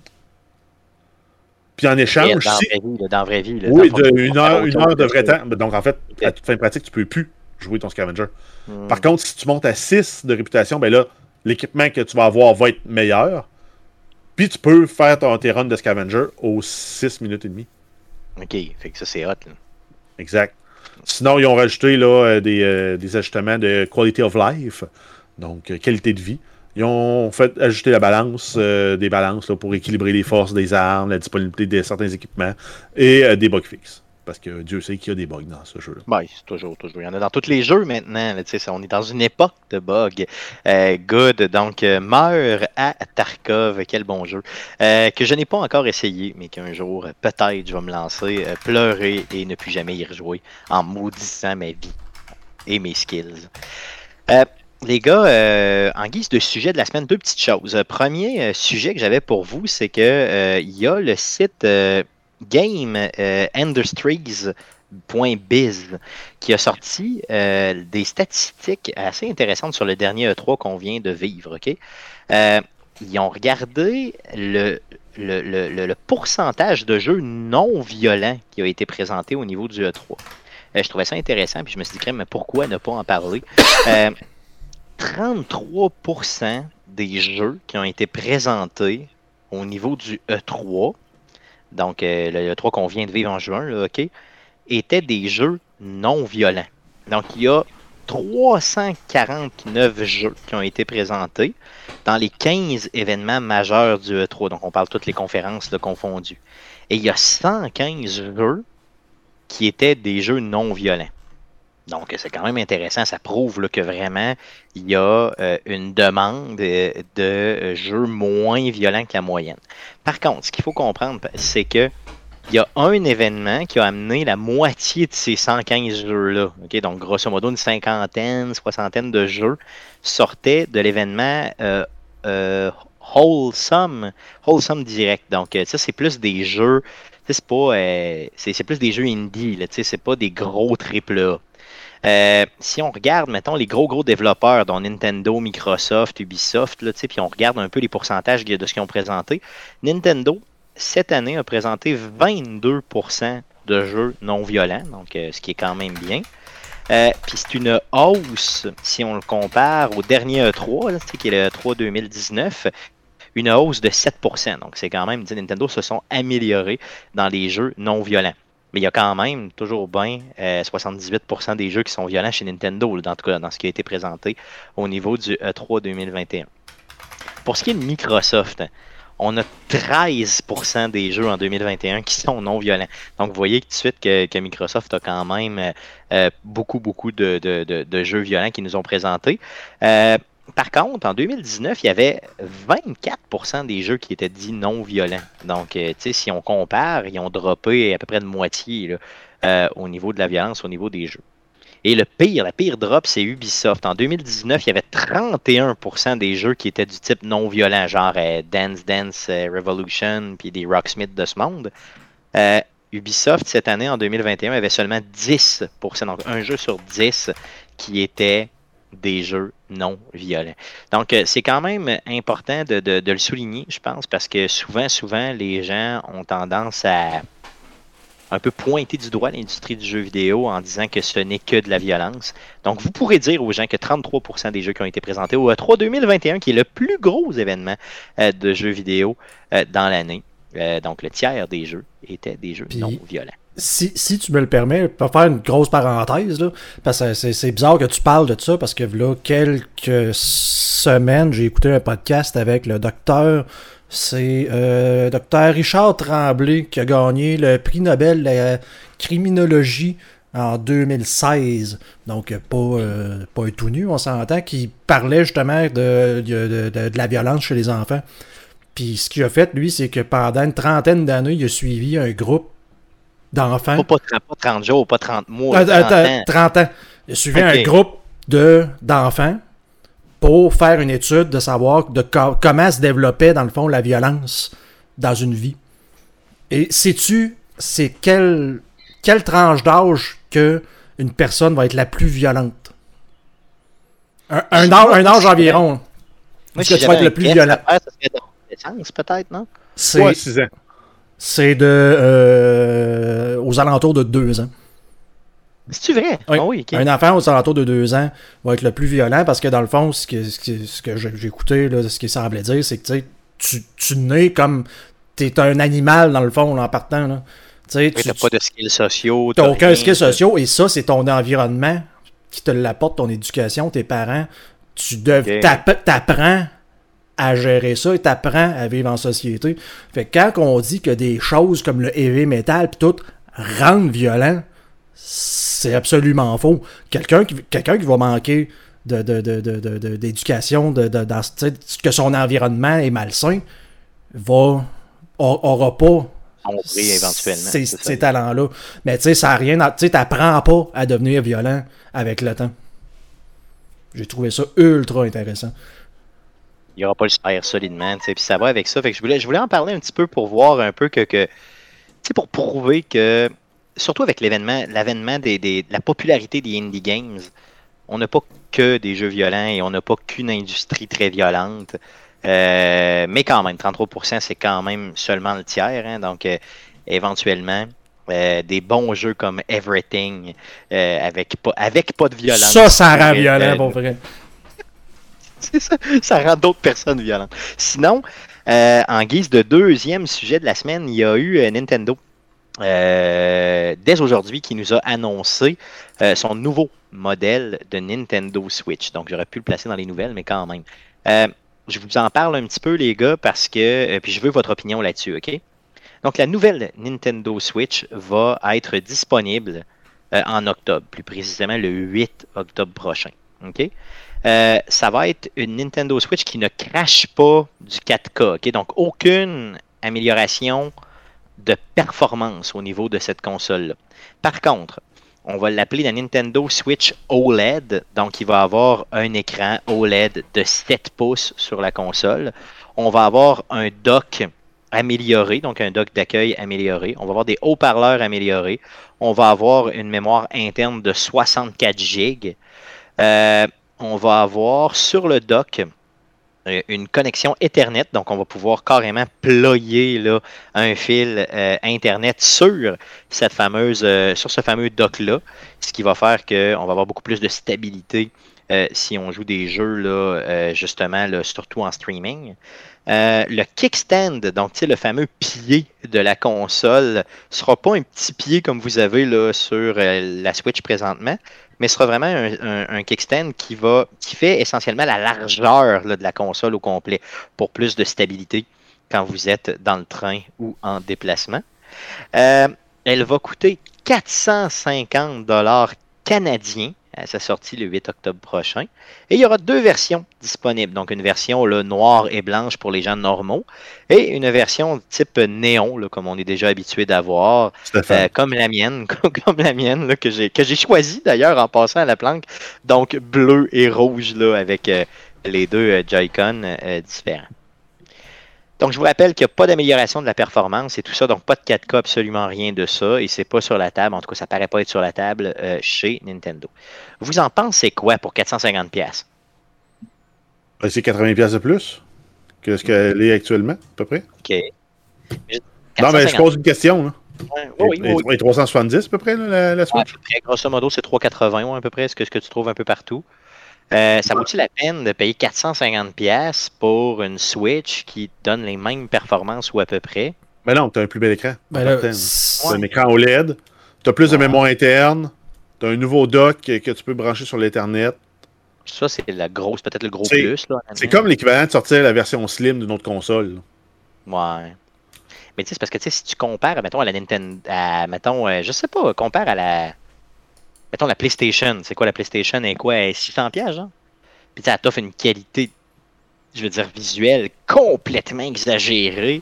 Puis, en échange... Dans si... la vraie vie, là, dans la vraie vie. Là, oui, de, une, heure, une heure de vrai temps. Donc, en fait, okay. à toute fin pratique, tu ne peux plus jouer ton scavenger. Hmm. Par contre, si tu montes à six de réputation, ben là, l'équipement que tu vas avoir va être meilleur. Puis, tu peux faire ton, tes runs de scavenger aux six minutes et demie. OK, fait que ça, c'est hot. Là. Exact. Sinon, ils ont rajouté là, des, euh, des ajustements de quality of life, donc euh, qualité de vie. Ils ont fait ajouter la balance, euh, des balances là, pour équilibrer les forces des armes, la disponibilité de certains équipements et euh, des bugs fixes. Parce que Dieu sait qu'il y a des bugs dans ce jeu-là. Oui, c'est toujours, toujours. Il y en a dans tous les jeux maintenant. Là, on est dans une époque de bugs. Euh, good. Donc, euh, Meurt à Tarkov. Quel bon jeu. Euh, que je n'ai pas encore essayé, mais qu'un jour, peut-être, je vais me lancer, euh, pleurer et ne plus jamais y rejouer en maudissant ma vie et mes skills. Euh, les gars, euh, en guise de sujet de la semaine, deux petites choses. Euh, premier euh, sujet que j'avais pour vous, c'est que euh, il y a le site... Euh, Game euh, Industries point biz qui a sorti euh, des statistiques assez intéressantes sur le dernier E trois qu'on vient de vivre. Okay? Euh, ils ont regardé le, le, le, le pourcentage de jeux non violents qui a été présenté au niveau du E trois. Euh, je trouvais ça intéressant, puis je me suis dit, mais pourquoi ne pas en parler? Euh, trente-trois pour cent des jeux qui ont été présentés au niveau du E trois, donc euh, le E trois qu'on vient de vivre en juin, là, okay, étaient des jeux non violents. Donc il y a trois cent quarante-neuf jeux qui ont été présentés dans les quinze événements majeurs du E trois. Donc on parle de toutes les conférences là, confondues. Et il y a cent quinze jeux qui étaient des jeux non violents. Donc c'est quand même intéressant. Ça prouve là, que vraiment il y a euh, une demande de, de jeux moins violents que la moyenne. Par contre, ce qu'il faut comprendre, c'est que il y a un événement qui a amené la moitié de ces cent quinze jeux-là. Okay? Donc, grosso modo, une cinquantaine, soixantaine de jeux sortaient de l'événement euh, euh, Wholesome, Wholesome Direct. Donc, ça, c'est plus des jeux, c'est pas, euh, c'est, c'est plus des jeux indie, là, c'est pas des gros triple A. Euh, si on regarde, mettons, les gros, gros développeurs, dont Nintendo, Microsoft, Ubisoft, là, puis on regarde un peu les pourcentages de ce qu'ils ont présenté, Nintendo, cette année, a présenté vingt-deux pour cent de jeux non violents, donc euh, ce qui est quand même bien. Euh, Puis c'est une hausse, si on le compare au dernier E trois, là, qui est le E trois deux mille dix-neuf, une hausse de sept pour cent. Donc c'est quand même, Nintendo se sont améliorés dans les jeux non violents. Mais il y a quand même toujours bien euh, soixante-dix-huit pour cent des jeux qui sont violents chez Nintendo, là, dans tout cas dans ce qui a été présenté au niveau du E trois deux mille vingt et un. Pour ce qui est de Microsoft, on a treize pour cent des jeux en deux mille vingt et un qui sont non violents. Donc, vous voyez tout de suite que, que Microsoft a quand même euh, beaucoup, beaucoup de, de, de, de jeux violents qui nous ont présentés. Euh, par contre, en deux mille dix-neuf, il y avait vingt-quatre pour cent des jeux qui étaient dits non violents. Donc, euh, tu sais, si on compare, ils ont droppé à peu près de moitié là, euh, au niveau de la violence, au niveau des jeux. Et le pire, la pire drop, c'est Ubisoft. En deux mille dix-neuf, il y avait trente et un pour cent des jeux qui étaient du type non violent, genre euh, Dance Dance euh, Revolution, puis des Rocksmith de ce monde. Euh, Ubisoft, cette année, en deux mille vingt et un, avait seulement dix pour cent, donc un jeu sur dix qui était des jeux non violents. Donc, euh, c'est quand même important de, de, de le souligner, je pense, parce que souvent, souvent, les gens ont tendance à un peu pointer du doigt l'industrie du jeu vidéo en disant que ce n'est que de la violence. Donc, vous pourrez dire aux gens que trente-trois pour cent des jeux qui ont été présentés au E trois deux mille vingt et un, qui est le plus gros événement euh, de jeux vidéo euh, dans l'année, euh, donc le tiers des jeux étaient des jeux Puis, non violents. Si, si tu me le permets, je peux faire une grosse parenthèse, là, parce que c'est, c'est bizarre que tu parles de ça, parce que là, quelques semaines, j'ai écouté un podcast avec le docteur... C'est euh, docteur Richard Tremblay qui a gagné le prix Nobel de la criminologie en deux mille seize. Donc, pas, euh, pas un tout nu, on s'entend, qui parlait justement de, de, de, de la violence chez les enfants. Puis ce qu'il a fait, lui, c'est que pendant une trentaine d'années, il a suivi un groupe d'enfants. Pas, pas, pas trente jours, pas trente mois, euh, trente ans. trente ans. Il a suivi okay. un groupe de, d'enfants pour faire une étude de savoir de co- comment se développait, dans le fond, la violence dans une vie. Et sais-tu, c'est quelle, quelle tranche d'âge que une personne va être la plus violente? Un, un, âge, un âge environ. Est-ce que tu vas être le plus violent? Ça serait d'adolescence, peut-être, non? C'est, ouais, six ans. C'est de, euh, aux alentours de deux ans. C'est-tu vrai? Oui. Oh oui, okay. Un enfant aux alentours de deux ans va être le plus violent parce que dans le fond, ce que, ce que, ce que j'ai écouté, là, ce qu'il semblait dire, c'est que tu, tu nais comme t'es un animal dans le fond là, en partant. Là. Tu n'as pas de skills sociaux. Tu n'as aucun skills sociaux et ça, c'est ton environnement qui te l'apporte, ton éducation, tes parents. Tu dev... okay. t'app- t'apprends à gérer ça et t'apprends à vivre en société. Fait que quand on dit que des choses comme le heavy metal pis tout rendent violent, c'est absolument faux. Quelqu'un qui, quelqu'un qui va manquer de, de, de, de, de, de, d'éducation, de, de, dans, que son environnement est malsain, va aura pas éventuellement, ces, ces talents-là. Mais tu sais, ça n'a rien à... Tu sais, t'apprends pas à devenir violent avec le temps. J'ai trouvé ça ultra intéressant. Il n'y aura pas le faire solidement, tu sais, puis ça va avec ça. Fait que je voulais, je voulais en parler un petit peu pour voir un peu que, que tu sais, pour prouver que, surtout avec l'événement, l'avènement des, des, de la popularité des indie games, on n'a pas que des jeux violents et on n'a pas qu'une industrie très violente. Euh, mais quand même, trente-trois pour cent, c'est quand même seulement le tiers. Hein, donc, euh, éventuellement, euh, des bons jeux comme Everything, euh, avec, pas, avec pas de violence. Ça, ça rend violent, pour vrai. C'est ça, ça rend d'autres personnes violentes. Sinon, euh, en guise de deuxième sujet de la semaine, il y a eu euh, Nintendo, euh, dès aujourd'hui, qui nous a annoncé euh, son nouveau modèle de Nintendo Switch. Donc, j'aurais pu le placer dans les nouvelles, mais quand même. Euh, je vous en parle un petit peu, les gars, parce que euh, puis je veux votre opinion là-dessus, OK? Donc, la nouvelle Nintendo Switch va être disponible euh, en octobre, plus précisément le huit octobre prochain, OK? Euh, ça va être une Nintendo Switch qui ne crache pas du quatre K, OK? Donc, aucune amélioration de performance au niveau de cette console-là. Par contre, on va l'appeler la Nintendo Switch O L E D, donc il va avoir un écran O L E D de sept pouces sur la console. On va avoir un dock amélioré, donc un dock d'accueil amélioré. On va avoir des haut-parleurs améliorés. On va avoir une mémoire interne de soixante-quatre gigs. Euh, on va avoir sur le dock une connexion Ethernet, donc on va pouvoir carrément ployer là, un fil euh, Internet sur cette fameuse, euh, sur ce fameux dock-là, ce qui va faire qu'on va avoir beaucoup plus de stabilité euh, si on joue des jeux là, euh, justement, là, surtout en streaming. Euh, le kickstand, donc le fameux pied de la console, ne sera pas un petit pied comme vous avez là, sur euh, la Switch présentement, mais ce sera vraiment un, un, un kickstand qui, va, qui fait essentiellement la largeur là, de la console au complet pour plus de stabilité quand vous êtes dans le train ou en déplacement. Euh, elle va coûter quatre cent cinquante dollars canadiens à sa sortie le huit octobre prochain. Et il y aura deux versions disponibles. Donc une version là, noire et blanche pour les gens normaux et une version type néon, là, comme on est déjà habitué d'avoir, euh, comme la mienne, comme la mienne là, que j'ai que j'ai choisi d'ailleurs en passant à la planque. Donc bleu et rouge là, avec euh, les deux euh, Joy-Con euh, différents. Donc, je vous rappelle qu'il n'y a pas d'amélioration de la performance et tout ça, donc pas de quatre K, absolument rien de ça, et c'est pas sur la table, en tout cas, ça paraît pas être sur la table euh, chez Nintendo. Vous en pensez quoi pour quatre cent cinquante dollars? Ben, c'est quatre-vingts dollars de plus que ce qu'elle est actuellement, à peu près. OK. Non, mais je pose une question, là. Ouais, oui, oui, oui. Et trois cent soixante-dix à peu près, là, la, la Switch? Ouais, grosso modo, c'est trois cent quatre-vingts ouais, à peu près, ce que, ce que tu trouves un peu partout. Euh, ça vaut-il la peine de payer quatre cent cinquante dollars pour une Switch qui donne les mêmes performances ou à peu près? Ben non, tu as un plus bel écran. Ben là, c'est un écran O L E D. Tu as plus ouais. de mémoire interne. Tu as un nouveau dock que, que tu peux brancher sur l'Ethernet. Ça, c'est la grosse, peut-être le gros c'est, plus. Là, c'est comme l'équivalent de sortir la version slim d'une autre console. Là. Ouais. Mais tu sais, c'est parce que si tu compares, mettons, à la Nintendo, à, mettons, euh, je sais pas, compare à la... Mettons la PlayStation, c'est quoi la PlayStation? Elle est quoi? Elle est six cents dollars, genre? Puis ça t'offre une qualité, je veux dire, visuelle complètement exagérée.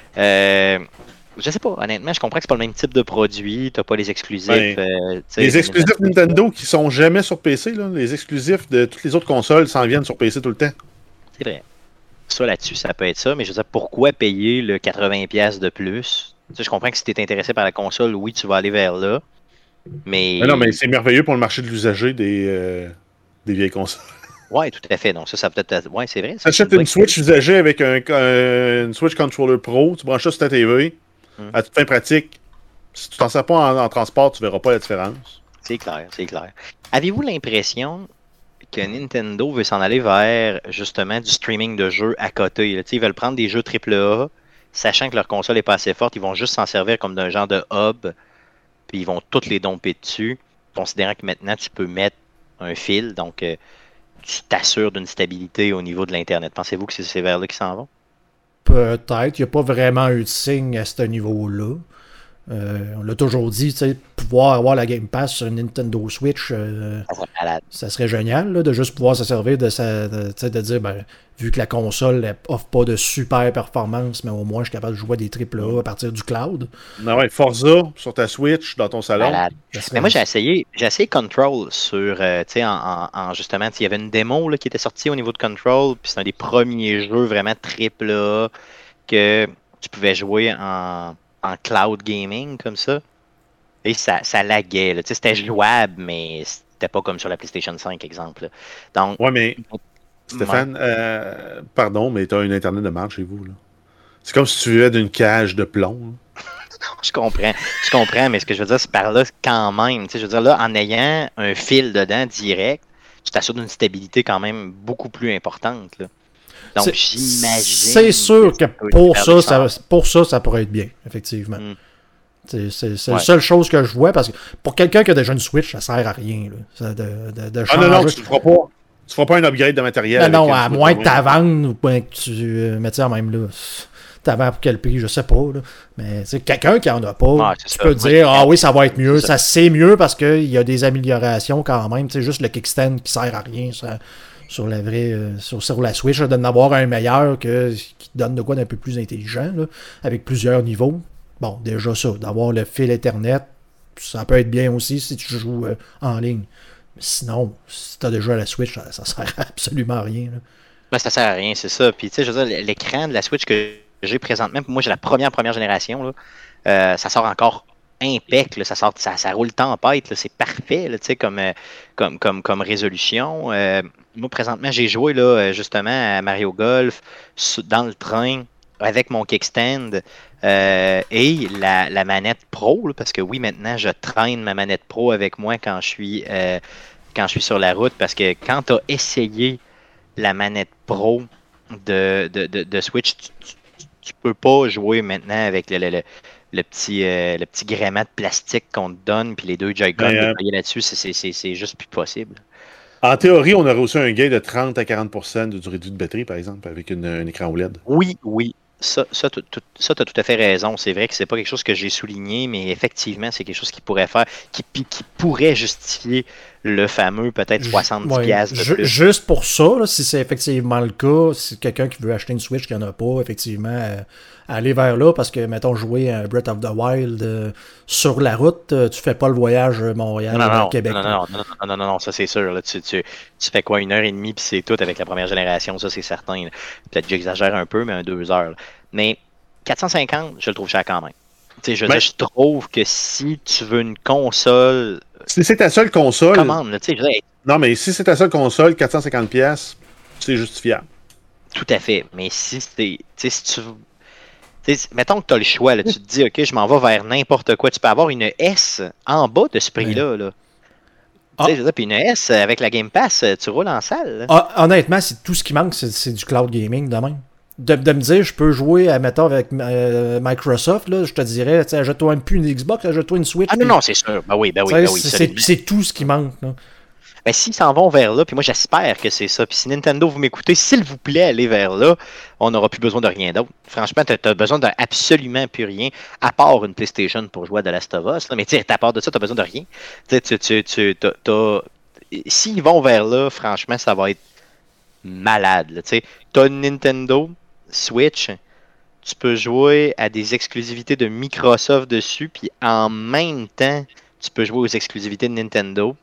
Euh, je sais pas, honnêtement, je comprends que c'est pas le même type de produit, t'as pas les exclusifs. Ben, euh, les exclusifs Nintendo qui sont jamais sur P C, là, les exclusifs de toutes les autres consoles s'en viennent sur P C tout le temps. C'est vrai. Ça là-dessus, ça peut être ça, mais je veux dire, pourquoi payer le quatre-vingts dollars de plus? Tu sais, je comprends que si t'es intéressé par la console, oui, tu vas aller vers là. Mais... mais non, mais c'est merveilleux pour le marché de l'usager des, euh, des vieilles consoles. Oui, tout à fait. Donc ça, ça peut-être... Oui, c'est vrai. Tu achètes une, une Switch usagée avec un, un, une Switch Controller Pro, tu branches ça sur ta T V, hum. à toute fin pratique. Si tu t'en sers pas en, en transport, tu verras pas la différence. C'est clair, c'est clair. Avez-vous l'impression que Nintendo veut s'en aller vers, justement, du streaming de jeux à côté? Là? Ils veulent prendre des jeux triple A, sachant que leur console n'est pas assez forte, ils vont juste s'en servir comme d'un genre de hub, puis ils vont toutes les domper dessus, considérant que maintenant, tu peux mettre un fil, donc euh, tu t'assures d'une stabilité au niveau de l'Internet. Pensez-vous que c'est ces vers-là qui s'en vont? Peut-être. Il n'y a pas vraiment eu de signe à ce niveau-là. Euh, on l'a toujours dit, tu sais, pouvoir avoir la Game Pass sur Nintendo Switch, euh, ça, ça serait génial, là, de juste pouvoir se servir de ça, de, de dire, ben, vu que la console offre pas de super performance, mais au moins je suis capable de jouer à des triple A à partir du cloud. Non, ouais, Forza sur ta Switch, dans ton salon. Mais moi, j'ai essayé, j'ai essayé Control sur, euh, tu sais, en, en, en justement, il y avait une démo là, qui était sortie au niveau de Control, puis c'est un des premiers jeux vraiment triple A que tu pouvais jouer en en cloud gaming comme ça, et ça, ça laguait. Tu sais, c'était jouable, mais c'était pas comme sur la PlayStation cinq, exemple. Donc, ouais, mais Stéphane, ouais. euh, pardon, mais t'as un Internet de marge chez vous. Là. C'est comme si tu vivais d'une cage de plomb. Je comprends, je comprends, mais ce que je veux dire, c'est par là quand même. Tu sais, je veux dire, là, en ayant un fil dedans direct, tu t'assures d'une stabilité quand même beaucoup plus importante, là. Donc, j'imagine. C'est sûr que, que pour, ça, ça, pour ça, ça pourrait être bien, effectivement. Mm. C'est, c'est, c'est ouais. la seule chose que je vois, parce que pour quelqu'un qui a déjà une Switch, ça sert à rien. Là, ça, de, de, de ah non, non, tu ne feras, feras pas un upgrade de matériel. Non, non, à moins que tu vendes ou que tu euh, mettes ça même là. T'avais pour quel prix, je sais pas. Là. Mais c'est quelqu'un qui en a pas, ouais, tu ça. peux te dire, ah oui, ça va être mieux. Ça, c'est mieux parce qu'il y a des améliorations quand même. C'est juste le kickstand qui sert à rien. Ça. Sur la vraie, euh, sur, sur la Switch, d'en avoir un meilleur que, qui donne de quoi d'un peu plus intelligent, là, avec plusieurs niveaux. bon, déjà ça, d'avoir le fil Ethernet, ça peut être bien aussi si tu joues euh, en ligne. Mais sinon, si tu as déjà la Switch, ça, ça sert absolument à rien. Là. Ben, ça sert à rien, c'est ça. Puis, tu sais, je veux dire, l'écran de la Switch que j'ai présentement, moi, j'ai la première, première génération, là, euh, ça sort encore impec, là, ça, sort, ça, ça roule tempête, là, c'est parfait, là, tu sais, comme, euh, comme, comme, comme résolution. Euh, moi, présentement, j'ai joué, là, justement, à Mario Golf, dans le train, avec mon kickstand euh, et la, la manette Pro, là, parce que oui, maintenant, je traîne ma manette Pro avec moi quand je suis, euh, quand je suis sur la route, parce que quand tu as essayé la manette Pro de, de, de, de Switch, tu, tu, tu peux pas jouer maintenant avec le, le, le, le petit, euh, le petit gréement de plastique qu'on te donne, puis les deux Joy-Con euh... là-dessus, c'est, c'est, c'est juste plus possible. En théorie, on aurait aussi un gain de trente à quarante pour cent de durée de vie de batterie, par exemple, avec une, un écran O L E D. Oui, oui. Ça, ça tu as tout à fait raison. C'est vrai que c'est pas quelque chose que j'ai souligné, mais effectivement, c'est quelque chose qui pourrait faire, qui, qui pourrait justifier le fameux peut-être soixante-dix ouais, piastres de ju- plus. Juste pour ça, là, si c'est effectivement le cas, si quelqu'un qui veut acheter une Switch qui n'en a pas, effectivement, euh, aller vers là, parce que, mettons, jouer à Breath of the Wild euh, sur la route, euh, tu fais pas le voyage Montréal-Québec. Non, non, non, non, non, non, non, non, ça c'est sûr. Là, tu, tu, tu fais quoi, une heure et demie, puis c'est tout avec la première génération, ça c'est certain. Là. Peut-être que j'exagère un peu, mais un deux heures. Là. Mais quatre cent cinquante, je le trouve cher quand même. Tu sais, je, mais... je trouve que si tu veux une console... Si c'est ta seule console... Commande, là, tu sais, je dirais... Non, mais si c'est ta seule console, quatre cent cinquante piastres, c'est justifiable. Tout à fait. Mais si c'est... Tu sais, si tu... T'sais, mettons que tu as le choix, là, tu te dis, OK, je m'en vais vers n'importe quoi. Tu peux avoir une S en bas de ce prix-là. Là. Ah. Puis une S avec la Game Pass, tu roules en salle. Ah, honnêtement, c'est tout ce qui manque, c'est, c'est du cloud gaming de même. De, de me dire, je peux jouer, mettons, avec euh, Microsoft, là, je te dirais, achète-toi plus une Xbox, achète-toi une Switch. Ah non, non, c'est sûr. Ben oui, ben oui, ben oui. C'est, c'est, c'est tout ce qui manque. Là. Ben, s'ils s'en vont vers là, puis moi j'espère que c'est ça. Puis si Nintendo vous m'écoutez, s'il vous plaît, allez vers là, on n'aura plus besoin de rien d'autre. Franchement, tu as besoin d'absolument plus rien, à part une PlayStation pour jouer à The Last of Us. Là. Mais tu sais, à part de ça, tu as besoin de rien. Tu tu, tu, tu t'as, t'as... S'ils vont vers là, franchement, ça va être malade. Tu as une Nintendo Switch, tu peux jouer à des exclusivités de Microsoft dessus, puis en même temps, tu peux jouer aux exclusivités de Nintendo.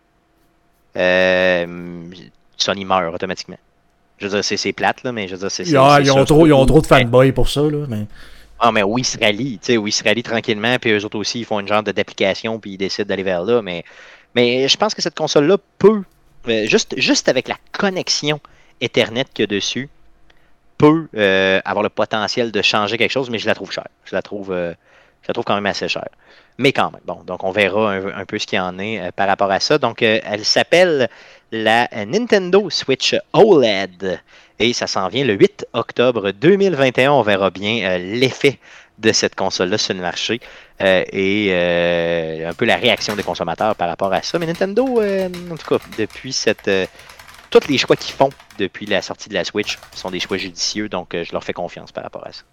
Euh, Sony meurt automatiquement. Je veux dire, c'est, c'est plate, là, mais je veux dire, c'est. c'est, yeah, c'est ils, ont trop, ils ont trop de fanboys pour ça, là. Mais... Ah, mais oui, ils se rallient, tu sais, oui, ils se rallient tranquillement, puis eux autres aussi, ils font une genre de, d'application, puis ils décident d'aller vers là. Mais, mais je pense que cette console-là peut, euh, juste, juste avec la connexion Ethernet qu'il y a dessus, peut euh, avoir le potentiel de changer quelque chose, mais je la trouve chère. Je la trouve, euh, je la trouve quand même assez chère. Mais quand même, bon, donc on verra un, un peu ce qu'il y en est euh, par rapport à ça. Donc, euh, elle s'appelle la Nintendo Switch O L E D et ça s'en vient le huit octobre deux mille vingt et un. On verra bien euh, l'effet de cette console-là sur le marché euh, et euh, un peu la réaction des consommateurs par rapport à ça. Mais Nintendo, euh, en tout cas, depuis cette... Euh, tous les choix qu'ils font depuis la sortie de la Switch sont des choix judicieux, donc euh, je leur fais confiance par rapport à ça.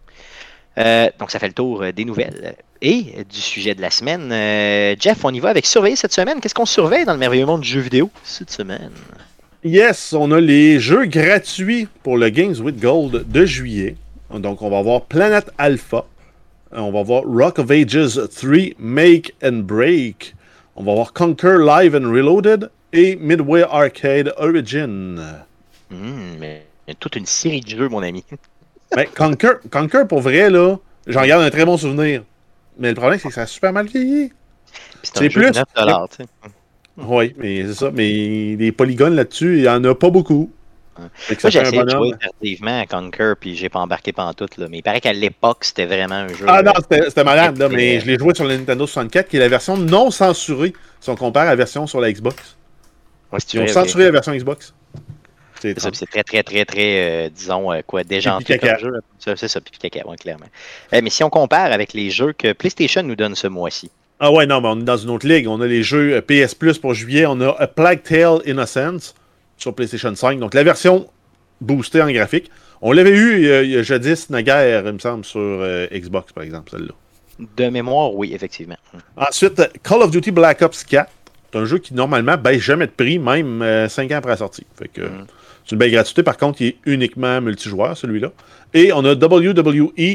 Euh, donc, ça fait le tour euh, des nouvelles et euh, du sujet de la semaine. Euh, Jeff, on y va avec surveiller cette semaine. Qu'est-ce qu'on surveille dans le merveilleux monde du jeu vidéo cette semaine? Yes, on a les jeux gratuits pour le Games with Gold de juillet. Donc, on va avoir Planet Alpha. On va avoir Rock of Ages trois Make and Break. On va avoir Conquer Live and Reloaded et Midway Arcade Origin. Mmh, mais toute une série de jeux, mon ami. Ben, Conquer, Conquer, pour vrai, là, j'en garde un très bon souvenir. Mais le problème, c'est que ça a super mal vieilli. C'est un c'est jeu plus... de neuf dollars, tu sais. Oui, mais c'est ça. Mais les polygones là-dessus, il n'y en a pas beaucoup. Moi, j'ai essayé de jouer tardivement à Conquer, puis j'ai pas embarqué pantoute, là. Mais il paraît qu'à l'époque, c'était vraiment un jeu... Ah non, c'était, c'était malade, là, mais je l'ai joué sur la Nintendo soixante-quatre, qui est la version non censurée, si on compare à la version sur la Xbox. Ouais, si Ils ont vrai, censuré okay. la version Xbox. C'est, ça, c'est très, très, très, très, euh, disons, euh, quoi, déjanté comme jeu. Ça, c'est ça, pipi caca, ouais, clairement. Euh, mais si on compare avec les jeux que PlayStation nous donne ce mois-ci. Ah ouais, non, mais on est dans une autre ligue. On a les jeux P S Plus pour juillet. On a A Plague Tale Innocence sur PlayStation cinq. Donc, la version boostée en graphique. On l'avait eu il y a, il y a jadis, naguère, il me semble, sur euh, Xbox, par exemple, celle-là. De mémoire, oui, effectivement. Ensuite, Call of Duty Black Ops quatre. C'est un jeu qui, normalement, baisse jamais de prix, même euh, cinq ans après la sortie. Fait que... Mm. C'est une belle gratuité. Par contre, il est uniquement multijoueur, celui-là. Et on a W W E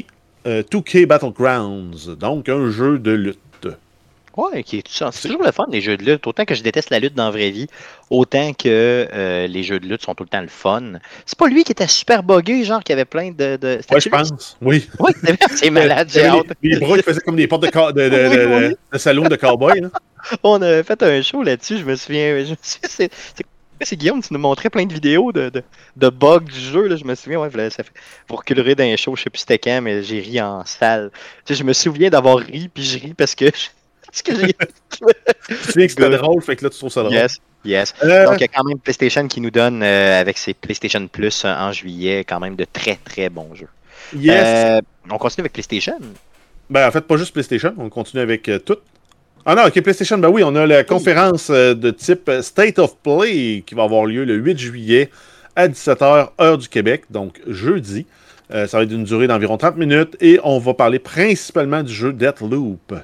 euh, deux K Battlegrounds, donc un jeu de lutte. Ouais, qui est tout ça. C'est toujours le fun, les jeux de lutte. Autant que je déteste la lutte dans la vraie vie, autant que euh, les jeux de lutte sont tout le temps le fun. C'est pas lui qui était super buggé, genre, qui avait plein de. de... Ouais, je pense. Oui. Oui, c'est malade, j'ai hâte. Les, les bras qui faisaient comme des portes de, ca... de, de, de, de, de, de salon de cowboy. On avait fait un show là-dessus, je me souviens. Je me souviens c'est, c'est, c'est Guillaume, tu nous montrais plein de vidéos de, de, de bugs du jeu. Là, je me souviens, ouais, ça fait, vous reculerez dans un show, je sais plus c'était quand, mais j'ai ri en salle. Tu sais, je me souviens d'avoir ri, puis je ris parce que. Parce que j'ai. Tu sais que c'était drôle, fait que là, tu trouves ça drôle. Yes, yes. Euh... Donc, il y a quand même PlayStation qui nous donne, euh, avec ses PlayStation Plus euh, en juillet, quand même de très, très bons jeux. Yes. Euh, on continue avec PlayStation. Ben, en fait, pas juste PlayStation, on continue avec euh, tout. Ah non, ok, PlayStation, ben oui, on a la conférence euh, de type State of Play qui va avoir lieu le huit juillet à dix-sept heures, heure du Québec, donc jeudi. Euh, ça va être d'une durée d'environ trente minutes et on va parler principalement du jeu Deathloop.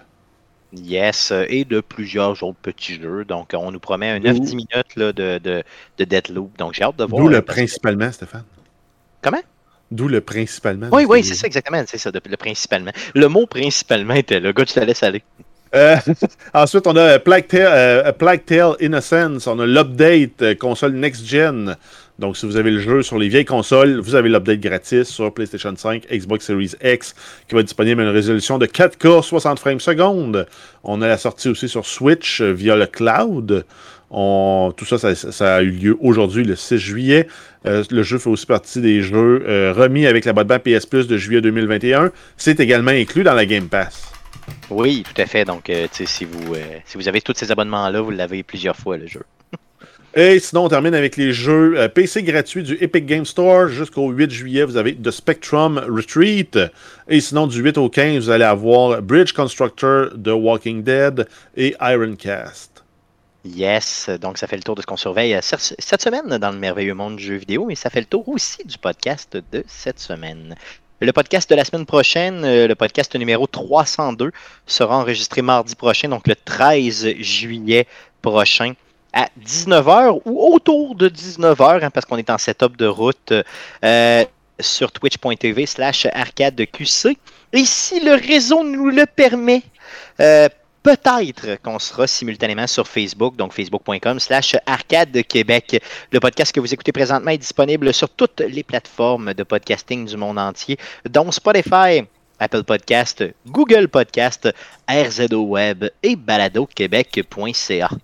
Yes, et de plusieurs autres petits jeux. Donc, on nous promet un neuf à dix minutes là, de, de, de Deathloop. Donc, j'ai hâte de voir. D'où le principalement, Stéphane. Comment? D'où le principalement. Oui, oui, c'est ça, exactement. C'est ça, le principalement. Le mot principalement était là. Gars, tu te laisses aller. Euh, ensuite, on a Plague Tale, euh, Plague Tale Innocence. On a l'update euh, console next-gen. Donc, si vous avez le jeu sur les vieilles consoles, vous avez l'update gratis sur PlayStation cinq, Xbox Series X, qui va être disponible à une résolution de quatre K, soixante frames secondes. On a la sortie aussi sur Switch euh, via le cloud. On, tout ça, ça, ça a eu lieu aujourd'hui, le six juillet. Euh, le jeu fait aussi partie des jeux euh, remis avec l'abonnement P S Plus de juillet deux mille vingt et un. C'est également inclus dans la Game Pass. Oui, tout à fait. Donc, euh, si, vous, euh, si vous avez tous ces abonnements-là, vous l'avez plusieurs fois, le jeu. Et sinon, on termine avec les jeux euh, P C gratuits du Epic Game Store. Jusqu'au huit juillet, vous avez The Spectrum Retreat. Et sinon, du huit au quinze, vous allez avoir Bridge Constructor de Walking Dead et Ironcast. Yes, donc ça fait le tour de ce qu'on surveille cette semaine dans le merveilleux monde du jeu vidéo, mais ça fait le tour aussi du podcast de cette semaine. Le podcast de la semaine prochaine, le podcast numéro trois cent deux, sera enregistré mardi prochain, donc le treize juillet prochain, à dix-neuf heures ou autour de dix-neuf heures, hein, parce qu'on est en setup de route euh, sur twitch.tv slash arcadeqc. Et si le réseau nous le permet, euh, peut-être qu'on sera simultanément sur Facebook, donc facebook.com slash arcade Québec. Le podcast que vous écoutez présentement est disponible sur toutes les plateformes de podcasting du monde entier, dont Spotify, Apple Podcast, Google Podcast, R Z O Web et balado québec point c a.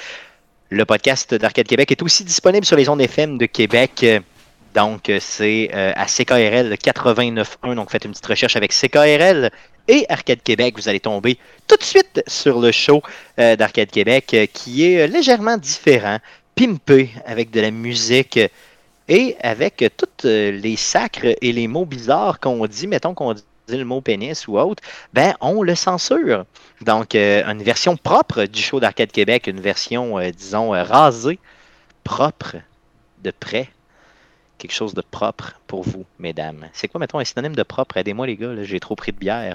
Le podcast d'Arcade Québec est aussi disponible sur les ondes F M de Québec. Donc, c'est euh, à C K R L quatre-vingt-neuf point un. Donc, faites une petite recherche avec C K R L et Arcade Québec. Vous allez tomber tout de suite sur le show euh, d'Arcade Québec euh, qui est légèrement différent, pimpé avec de la musique et avec tous euh, les sacres et les mots bizarres qu'on dit. Mettons qu'on dit le mot pénis ou autre, ben on le censure. Donc, euh, une version propre du show d'Arcade Québec, une version, euh, disons, euh, rasée, propre, de près. Quelque chose de propre pour vous, mesdames. C'est quoi, mettons, un synonyme de propre? Aidez-moi, les gars, là, j'ai trop pris de bière.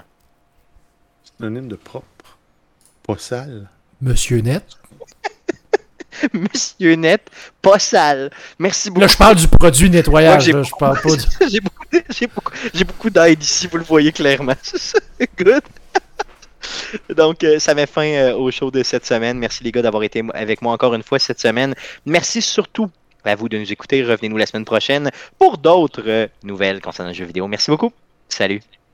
Synonyme de propre? Pas sale? Monsieur Net? Monsieur Net, pas sale. Merci beaucoup. Là, je parle du produit nettoyage. Ouais, là, je parle pas du... j'ai beaucoup, j'ai beaucoup, j'ai beaucoup d'aide ici, vous le voyez clairement. Good. Donc, euh, ça met fin euh, au show de cette semaine. Merci les gars d'avoir été avec moi encore une fois cette semaine. Merci surtout à vous de nous écouter. Revenez-nous la semaine prochaine pour d'autres euh, nouvelles concernant le jeu vidéo. Merci beaucoup. Salut.